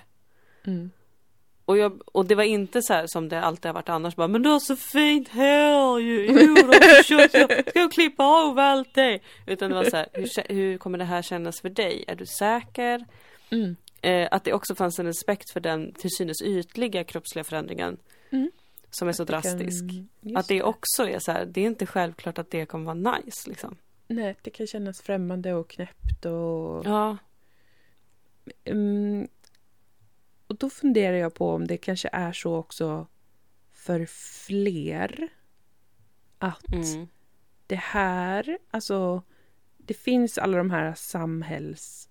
Och det var inte så här som det alltid har varit annars. Bara, men du har så fint hår ju. Ska jag klippa av allt det? Utan det var så här, hur kommer det här kännas för dig? Är du säker? Att det också fanns en respekt för den till synes ytliga kroppsliga förändringen. Som är så drastisk. Att det också är så här, det är inte självklart att det kommer vara nice liksom. Nej, det kan kännas främmande och knäppt och... Ja. Och då funderar jag på om det kanske är så också för fler att det här, alltså det finns alla de här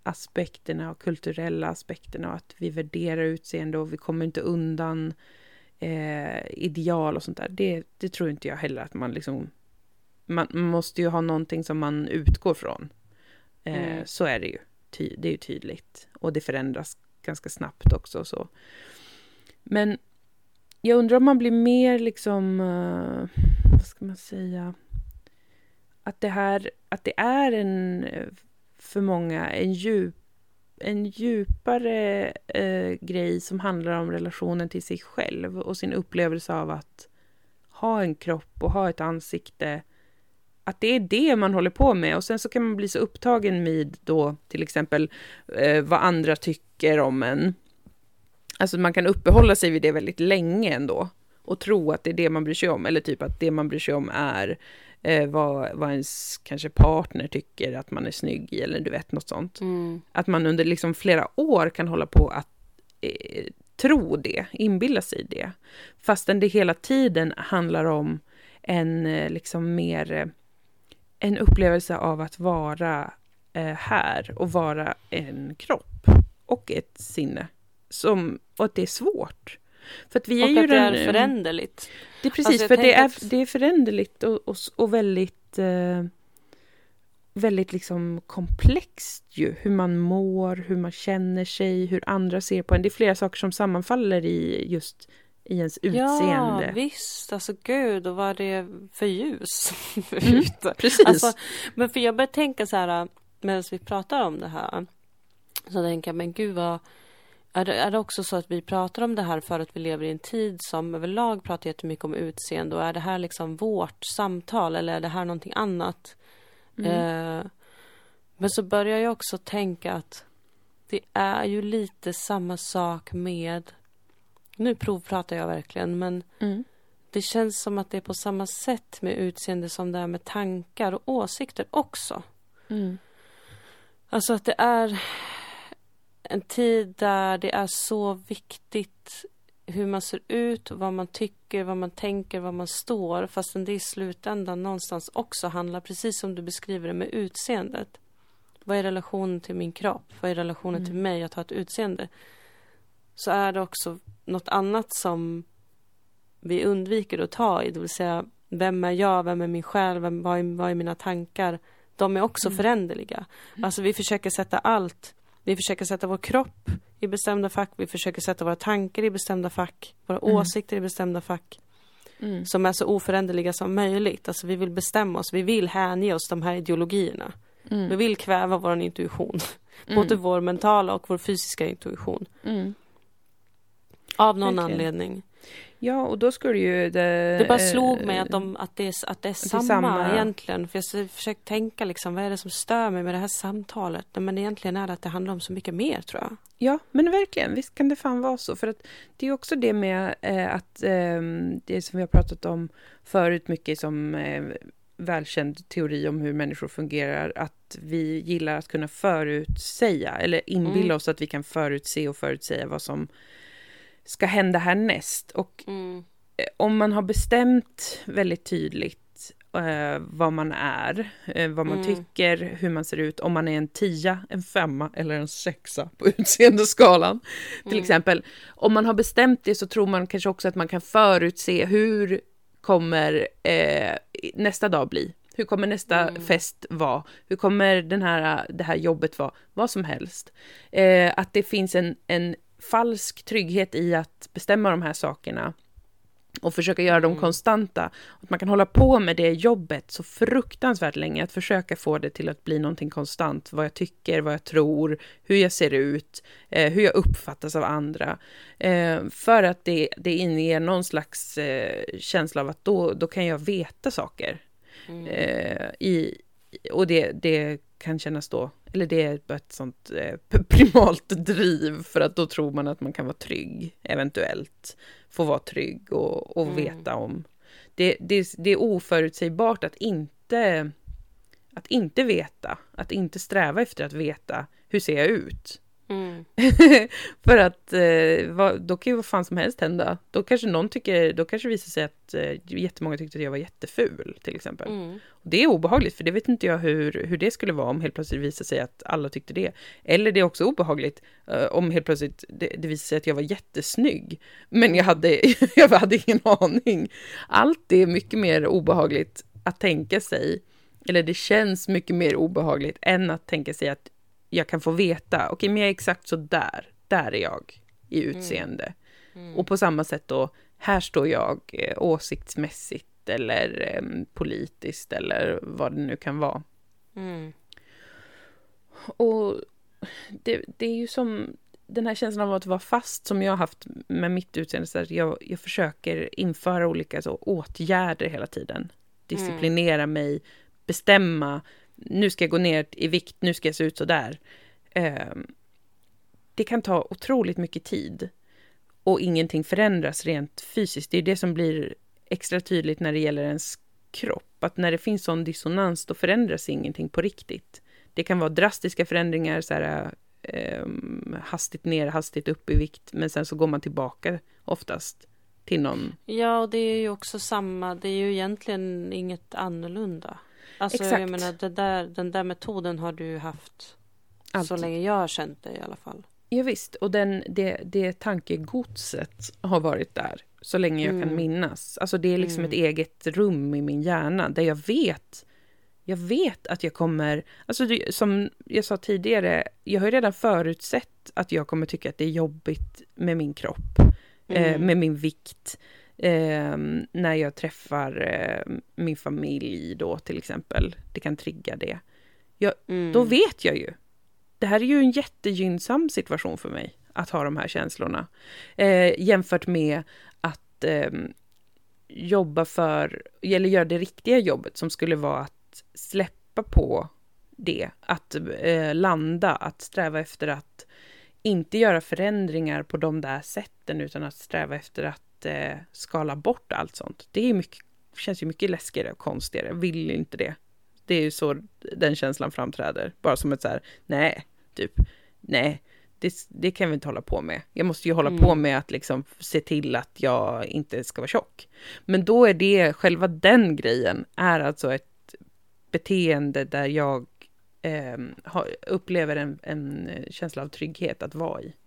aspekterna och kulturella aspekterna och att vi värderar utseende och vi kommer inte undan ideal och sånt där. Det tror inte jag heller att man liksom... Man måste ju ha någonting som man utgår från. Så är det ju. Det är ju tydligt. Och det förändras ganska snabbt också. Så. Men jag undrar om man blir mer liksom... vad ska man säga? Att det är för många en djupare grej som handlar om relationen till sig själv och sin upplevelse av att ha en kropp och ha ett ansikte. Att det är det man håller på med och sen så kan man bli så upptagen med då till exempel vad andra tycker om en. Alltså man kan uppehålla sig vid det väldigt länge ändå och tro att det är det man bryr sig om eller typ att det man bryr sig om är vad ens kanske partner tycker att man är snygg i eller du vet något sånt. Att man under liksom flera år kan hålla på att tro det, inbilla sig det. Fastän det hela tiden handlar om en liksom mer en upplevelse av att vara här och vara en kropp och ett sinne. Och att det är svårt. För att vi är och ju att det är föränderligt. Det är precis, alltså, för det är föränderligt och väldigt, väldigt liksom komplext ju. Hur man mår, hur man känner sig, hur andra ser på en. Det är flera saker som sammanfaller i ens utseende. Ja, visst. Alltså gud, och vad är det för ljus? Precis. Alltså, men för jag börjar tänka så här, medan vi pratar om det här, så tänker jag, men gud vad... Är det också så att vi pratar om det här för att vi lever i en tid som överlag pratar jättemycket om utseende och är det här liksom vårt samtal eller är det här någonting annat? Men så börjar jag också tänka att det är ju lite samma sak med, nu provpratar jag verkligen, men det känns som att det är på samma sätt med utseende som det är med tankar och åsikter också. Alltså att det är en tid där det är så viktigt hur man ser ut, vad man tycker, vad man tänker, vad man står. Fastän det i slutändan någonstans också handlar, precis som du beskriver det med utseendet. Vad är relationen till min kropp? Vad är relationen till mig att ha ett utseende? Så är det också något annat som vi undviker att ta i. Det vill säga, vem är jag? Vem är min själ? Vad är mina tankar? De är också föränderliga. Alltså vi försöker sätta allt. Vi försöker sätta vår kropp i bestämda fack. Vi försöker sätta våra tankar i bestämda fack. Våra åsikter i bestämda fack. Som är så oföränderliga som möjligt. Alltså vi vill bestämma oss. Vi vill hänge oss de här ideologierna. Vi vill kväva vår intuition. Både vår mentala och vår fysiska intuition. Av någon anledning. Ja, och då skulle ju det bara slog mig att det är samma egentligen. För jag försöker tänka liksom, vad är det som stör mig med det här samtalet? Men egentligen är det att det handlar om så mycket mer, tror jag. Ja, men verkligen. Visst kan det fan vara så. För att det är också det med att det som vi har pratat om förut mycket som välkänd teori om hur människor fungerar. Att vi gillar att kunna förutsäga eller inbilla oss att vi kan förutse och förutsäga vad som ska hända härnäst. Och om man har bestämt väldigt tydligt vad man är, vad man tycker, hur man ser ut, om man är en 10, en 5 eller en 6 på utseendeskalan. Till exempel, om man har bestämt det så tror man kanske också att man kan förutse hur kommer nästa dag bli. Hur kommer nästa fest vara? Hur kommer det här jobbet vara? Vad som helst. Att det finns en falsk trygghet i att bestämma de här sakerna och försöka göra dem konstanta. Att man kan hålla på med det jobbet så fruktansvärt länge, att försöka få det till att bli någonting konstant. Vad jag tycker, vad jag tror, hur jag ser ut, hur jag uppfattas av andra. För att det inger någon slags känsla av att då kan jag veta saker. Och det kan kännas då, eller det är ett sånt primalt driv, för att då tror man att man kan vara trygg, eventuellt få vara trygg och veta om. Det är oförutsägbart att inte veta, att inte sträva efter att veta hur ser jag ut. För att då kan ju vad fan som helst hända. Då kanske det visar sig att jättemånga tyckte att jag var jätteful till exempel. Och det är obehagligt, för det vet inte jag hur det skulle vara om helt plötsligt visar sig att alla tyckte det. Eller det är också obehagligt om helt plötsligt det visar sig att jag var jättesnygg. Men jag hade ingen aning. Allt är mycket mer obehagligt att tänka sig. Eller det känns mycket mer obehagligt än att tänka sig att jag kan få veta, okej, men jag är exakt så där är jag i utseende. Och på samma sätt då, här står jag åsiktsmässigt eller politiskt eller vad det nu kan vara. Och det är ju som den här känslan av att vara fast som jag har haft med mitt utseende, så att jag försöker införa olika åtgärder hela tiden. Disciplinera mig, bestämma, nu ska jag gå ner i vikt, nu ska jag se ut så där. Det kan ta otroligt mycket tid och ingenting förändras rent fysiskt. Det är det som blir extra tydligt när det gäller ens kropp. Att när det finns sån dissonans, då förändras ingenting på riktigt. Det kan vara drastiska förändringar, så här, hastigt ner, hastigt upp i vikt, men sen så går man tillbaka oftast till någon. Ja, och det är ju också samma, det är ju egentligen inget annorlunda. Alltså exakt. Jag menar, den där metoden har du haft alltid. Så länge jag har känt dig i alla fall. Ja, visst, och det tankegodset har varit där så länge jag kan minnas. Alltså det är liksom ett eget rum i min hjärna där jag vet att jag kommer, alltså som jag sa tidigare, jag har redan förutsett att jag kommer tycka att det är jobbigt med min kropp, med min vikt, när jag träffar min familj då till exempel. Det kan trigga det. Då vet jag ju. Det här är ju en jättegynnsam situation för mig att ha de här känslorna. Jämfört med att jobba för, eller göra det riktiga jobbet som skulle vara att släppa på det. Att landa, att sträva efter att inte göra förändringar på de där sätten, utan att sträva efter att skala bort allt sånt. Det är känns ju mycket läskigare och konstigare. Jag vill inte det. Det är ju så den känslan framträder. Bara som ett så här, nej, det kan vi inte hålla på med. Jag måste ju hålla på med att liksom se till att jag inte ska vara tjock. Men då är det, själva den grejen är alltså ett beteende där jag upplever en känsla av trygghet att vara i.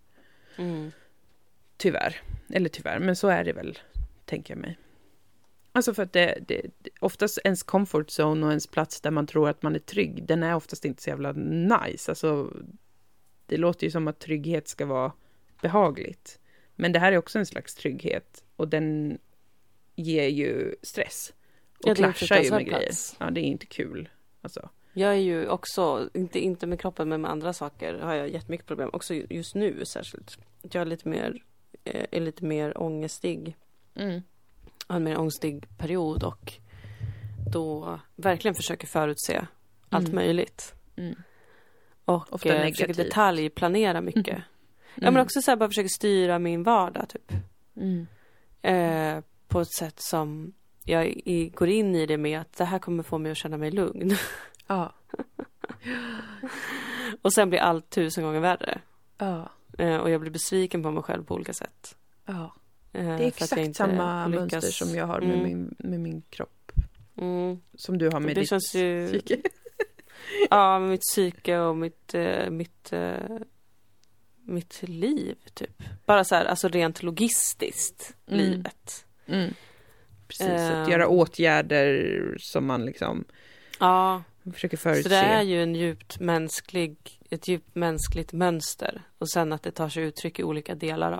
Tyvärr, men så är det väl, tänker jag mig. Alltså för att det oftast ens comfort zone och ens plats där man tror att man är trygg, den är oftast inte så jävla nice. Alltså det låter ju som att trygghet ska vara behagligt. Men det här är också en slags trygghet, och den ger ju stress. Och clashar ju med grejer. Ja, det är inte kul. Alltså. Jag är ju också, inte med kroppen men med andra saker har jag jättemycket problem. Också just nu särskilt. Jag är lite mer ångestig. Har en mer ångstig period, och då verkligen försöker förutse allt möjligt. Och försöker detaljplanera mycket. Ja, men också så här, bara försöker styra min vardag typ. På ett sätt som jag går in i det med att det här kommer få mig att känna mig lugn. Ja. Och sen blir allt 1000 gånger värre. Ja. Och jag blir besviken på mig själv på olika sätt. Ja. Det är exakt samma mönster som jag har med min kropp. Som du har med ditt psyke. Ja, med mitt psyke och mitt liv typ. Bara så här, alltså rent logistiskt livet. Precis, att göra åtgärder som man liksom försöker förutse. Så det är ju ett djupt mänskligt mönster. Och sen att det tar sig uttryck i olika delar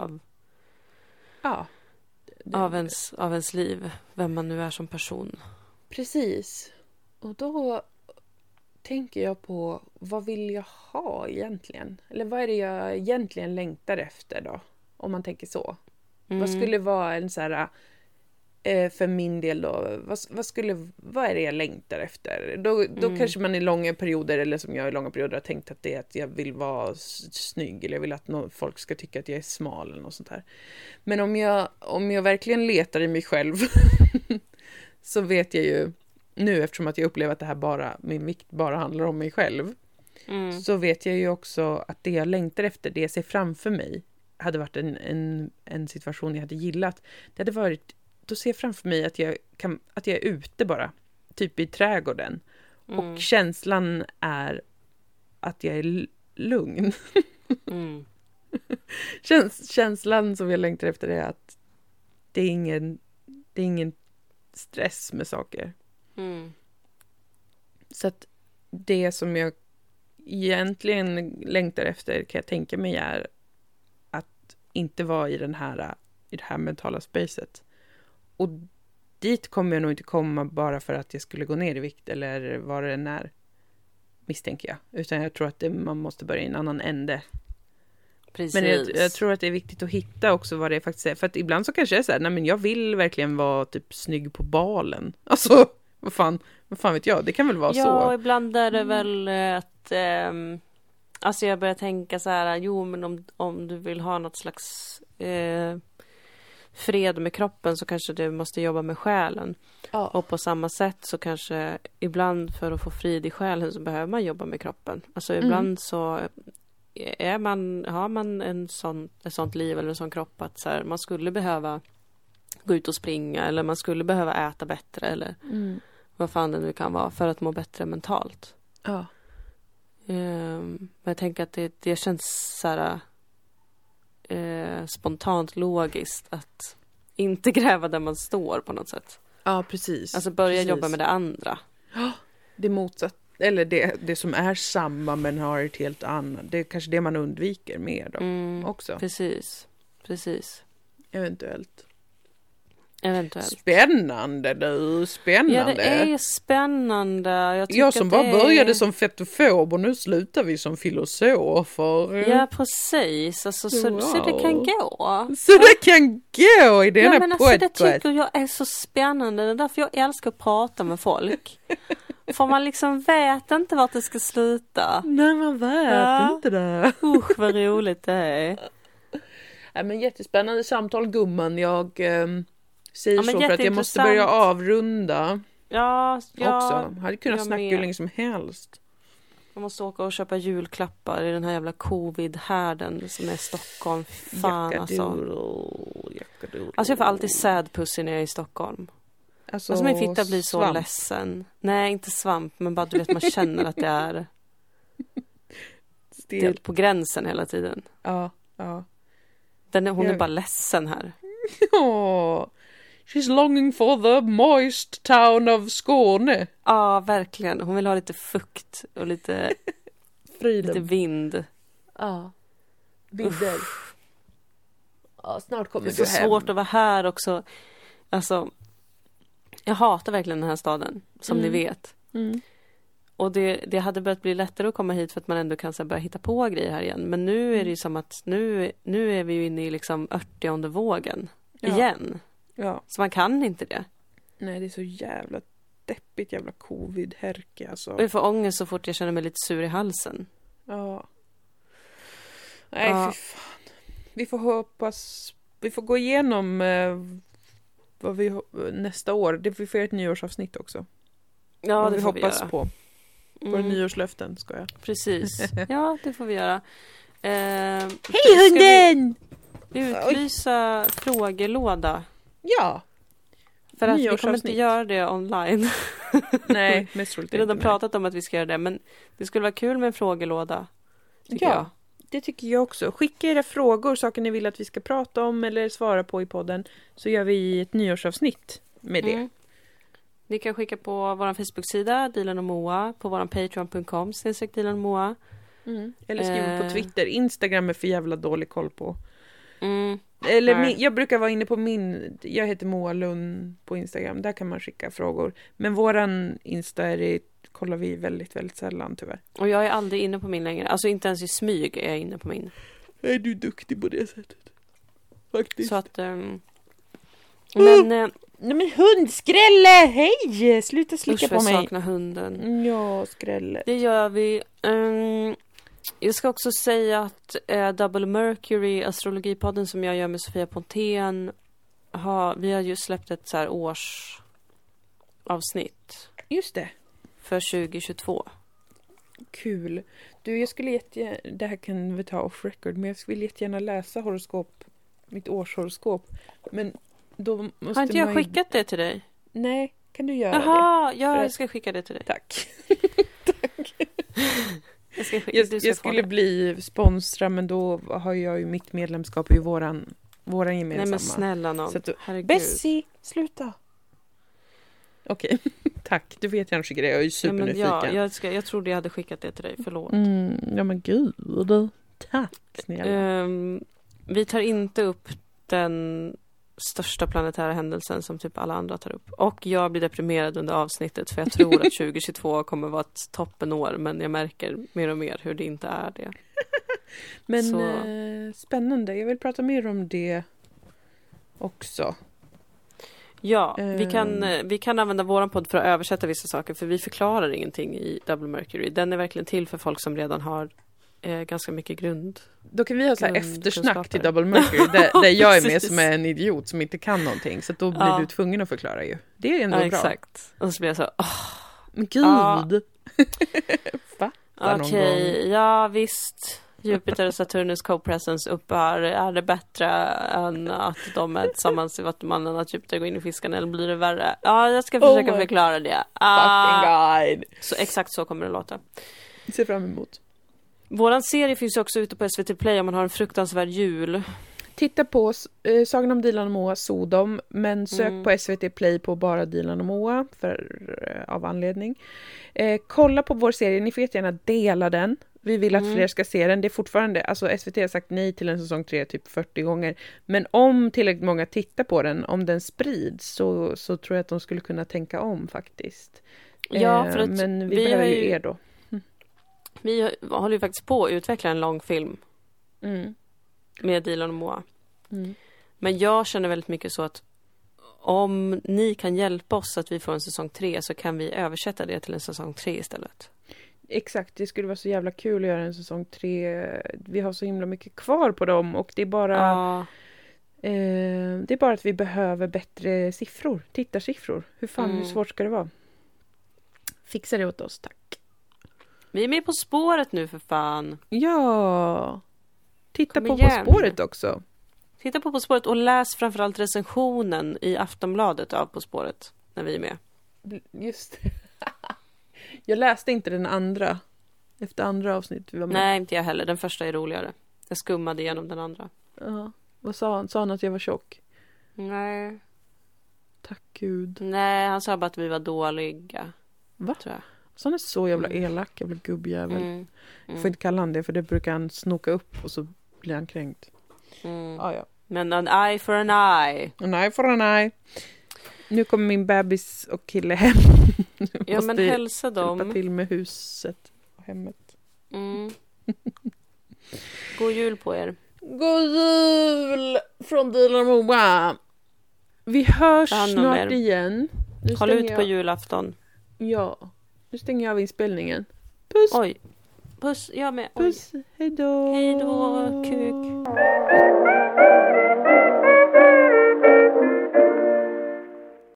av ens liv. Vem man nu är som person. Precis. Och då tänker jag på, vad vill jag ha egentligen? Eller vad är det jag egentligen längtar efter då? Om man tänker så. Vad skulle vara en så här, för min del då, vad är det jag längtar efter? Då kanske man i långa perioder, eller som jag i långa perioder har tänkt att det är att jag vill vara snygg, eller jag vill att folk ska tycka att jag är smal eller något sånt här. Men om jag verkligen letar i mig själv så vet jag ju nu, eftersom att jag upplever att det här min vikt bara handlar om mig själv, så vet jag ju också att det jag längtar efter, det jag ser framför mig, hade varit en situation jag hade gillat. Det hade varit, då ser jag framför mig att jag är ute bara, typ i trädgården. Och känslan är att jag är lugn. Känslan som jag längtar efter är att det är ingen stress med saker. Så att det som jag egentligen längtar efter, kan jag tänka mig, är att inte vara i det här mentala spacet. Och dit kommer jag nog inte komma bara för att jag skulle gå ner i vikt eller vad det än är, misstänker jag. Utan jag tror att man måste börja i en annan ände. Precis. Men jag tror att det är viktigt att hitta också vad det faktiskt är. För att ibland så kanske det är så här, nej men jag vill verkligen vara typ snygg på balen. Alltså, vad fan vet jag, det kan väl vara så. Ja, ibland är det väl att alltså jag börjar tänka så här, jo men om du vill ha något slags fred med kroppen, så kanske du måste jobba med själen. Ja. Och på samma sätt så kanske ibland för att få frid i själen så behöver man jobba med kroppen. Alltså ibland så har man ett sånt liv eller en sån kropp att så här, man skulle behöva gå ut och springa, eller man skulle behöva äta bättre, eller vad fan det nu kan vara, för att må bättre mentalt. Ja. Men jag tänker att det känns så här spontant logiskt att inte gräva där man står på något sätt. Ja, precis. Alltså börja jobba med det andra. Ja, det motsatt. Eller det som är samma men har ett helt annat. Det är kanske det man undviker mer då också. Precis. Eventuellt. Spännande. Ja, det är spännande. Jag som bara började som fetofob och nu slutar vi som filosofer. Ja, precis. Alltså, så det kan gå. Så det kan gå i denna podcast. Alltså, det tycker jag är så spännande. Det är därför jag älskar att prata med folk. För man liksom vet inte vart det ska sluta. Nej, man vet inte det. Usch, vad roligt det är. Ja, men jättespännande samtal, gumman. Jag säger så för att jag måste börja avrunda. Ja. Också. Hade kunnat snacka hur länge som helst. Man måste åka och köpa julklappar i den här jävla covid-härden som är i Stockholm. Fan alltså. Alltså jag får alltid sad pussy när jag är i Stockholm. Alltså min fitta blir så svamp. Ledsen. Nej, inte svamp, men bara du vet, man känner att det är det är på gränsen hela tiden. Ja. Hon är bara ledsen här. She's longing for the moist town of Skåne. Ja, verkligen. Hon vill ha lite fukt och lite lite vind. Ja. Vidder. Ja, snart kommer du hem. Det är så svårt att vara här också. Alltså, jag hatar verkligen den här staden, som ni vet. Och det hade börjat bli lättare att komma hit för att man ändå kan så börja hitta på grejer här igen. Men nu är det ju som att nu är vi ju inne i liksom 80:e vågen igen. Ja. Så man kan inte det. Nej, det är så jävla deppigt, jävla covid-härke alltså. Och jag får ångest så fort jag känner mig lite sur i halsen. Ja. Nej, fy fan. Vi får hoppas, vi får gå igenom vad vi nästa år. Vi får göra ett nyårsavsnitt också. Ja, vad det vi får hoppas vi göra. På. Våra nyårslöften, ska jag. Precis. Ja, det får vi göra. Hej hunden! Utlysa frågelåda. Ja. För att vi kommer inte göra det online. Nej, mest troligt. Vi har redan pratat om att vi ska göra det, men det skulle vara kul med en frågelåda. Jag. Det tycker jag också. Skicka era frågor, saker ni vill att vi ska prata om eller svara på i podden, så gör vi ett nyårsavsnitt med det. Ni kan skicka på vår Facebook-sida Dilan och Moa, på vår Patreon.com Dilan och Moa. Eller skriv på Twitter. Instagram är för jävla dålig koll på. Eller jag brukar vara inne på jag heter Moa Lund på Instagram. Där kan man skicka frågor. Men våran Insta kollar vi väldigt, väldigt sällan tyvärr. Och jag är aldrig inne på min längre. Alltså inte ens i smyg är jag inne på min. Är du duktig på det sättet? Faktiskt. Så att nej men hundskrälle, hej! Sluta slicka på mig. Jag saknar hunden. Ja, skrälle. Det gör vi. Jag ska också säga att Double Mercury, astrologipodden som jag gör med Sofia Pontén, vi har ju släppt ett så här årsavsnitt. Just det. För 2022. Kul. Du, jag skulle det här kan vi ta off record, men jag vill jättegärna läsa mitt årshoroskop. Men då måste har inte jag skickat det till dig? Nej, kan du göra det? Jag ska skicka det till dig. Tack. Tack. Jag skulle bli sponsrad, men då har jag ju mitt medlemskap i våran gemensamma. Nej men snälla någon. Herregud. Bessie, sluta. Okej, tack. Du vet jag skickar det. Jag är ju supernyfiken. Jag trodde jag hade skickat det till dig. Förlåt. Ja men gud. Tack snälla. Vi tar inte upp den största planetära händelsen som typ alla andra tar upp. Och jag blir deprimerad under avsnittet för jag tror att 2022 kommer vara ett toppenår, men jag märker mer och mer hur det inte är det. Men spännande. Jag vill prata mer om det också. Ja, vi kan använda våran podd för att översätta vissa saker, för vi förklarar ingenting i Double Mercury. Den är verkligen till för folk som redan har ganska mycket grund. Då kan vi ha så här eftersnack till Double Mercury där jag är med som är en idiot som inte kan någonting, så att då blir du tvungen att förklara ju. Det är ändå bra. Exakt. Och så blir jag så, men gud. Okej, ja visst. Jupiter och Saturnus co-presence uppar. Är det bättre än att de är tillsammans i Vattumannen, att Jupiter går in i fisken, eller blir det värre? Ja, jag ska försöka förklara det. Fucking guide. Så exakt så kommer det låta. Ser fram emot. Våran serie finns också ute på SVT Play om man har en fruktansvärd jul. Titta på Sagan om Dilan och Moa, Sodom, men sök på SVT Play på bara Dilan och Moa av anledning. Kolla på vår serie, ni får jättegärna dela den. Vi vill att fler ska se den. Det är fortfarande, alltså SVT har sagt nej till en säsong 3 typ 40 gånger. Men om tillräckligt många tittar på den, om den sprids, så tror jag att de skulle kunna tänka om faktiskt. Ja, för att men vi behöver ju er då. Vi håller ju faktiskt på att utveckla en lång film med Dilan och Moa. Men jag känner väldigt mycket så att om ni kan hjälpa oss att vi får en säsong 3, så kan vi översätta det till en säsong 3 istället. Exakt, det skulle vara så jävla kul att göra en säsong 3. Vi har så himla mycket kvar på dem, och det är bara det är bara att vi behöver bättre siffror, tittarsiffror. Hur svårt ska det vara? Fixa det åt oss, tack. Vi är med På spåret nu för fan. Ja. Titta på spåret också. Titta på spåret och läs framförallt recensionen i Aftonbladet av På spåret när vi är med. Just det. Jag läste inte den andra efter andra avsnitt vi var med. Nej, inte jag heller. Den första är roligare. Jag skummade igenom den andra. Ja. Vad sa han? Sa han att jag var tjock? Nej. Tack Gud. Nej, han sa bara att vi var dåliga. Va? Tror jag. Så han är så jävla elak, jävla gubbjävel. Jag får inte kalla han det, för det brukar han snoka upp och så blir han kränkt. Ja. Men an eye for an eye. An eye for an eye. Nu kommer min bebis och kille hem. Ja, men hälsa dem. Hjälpa till med huset och hemmet. God jul på er. God jul från Dilan och Moa. Vi hörs snart igen. Håll ut på julafton. Ja. Nu stänger jag av inspelningen. Puss. Oj. Puss, jag med. Puss. Hej då. Hej då, kuk.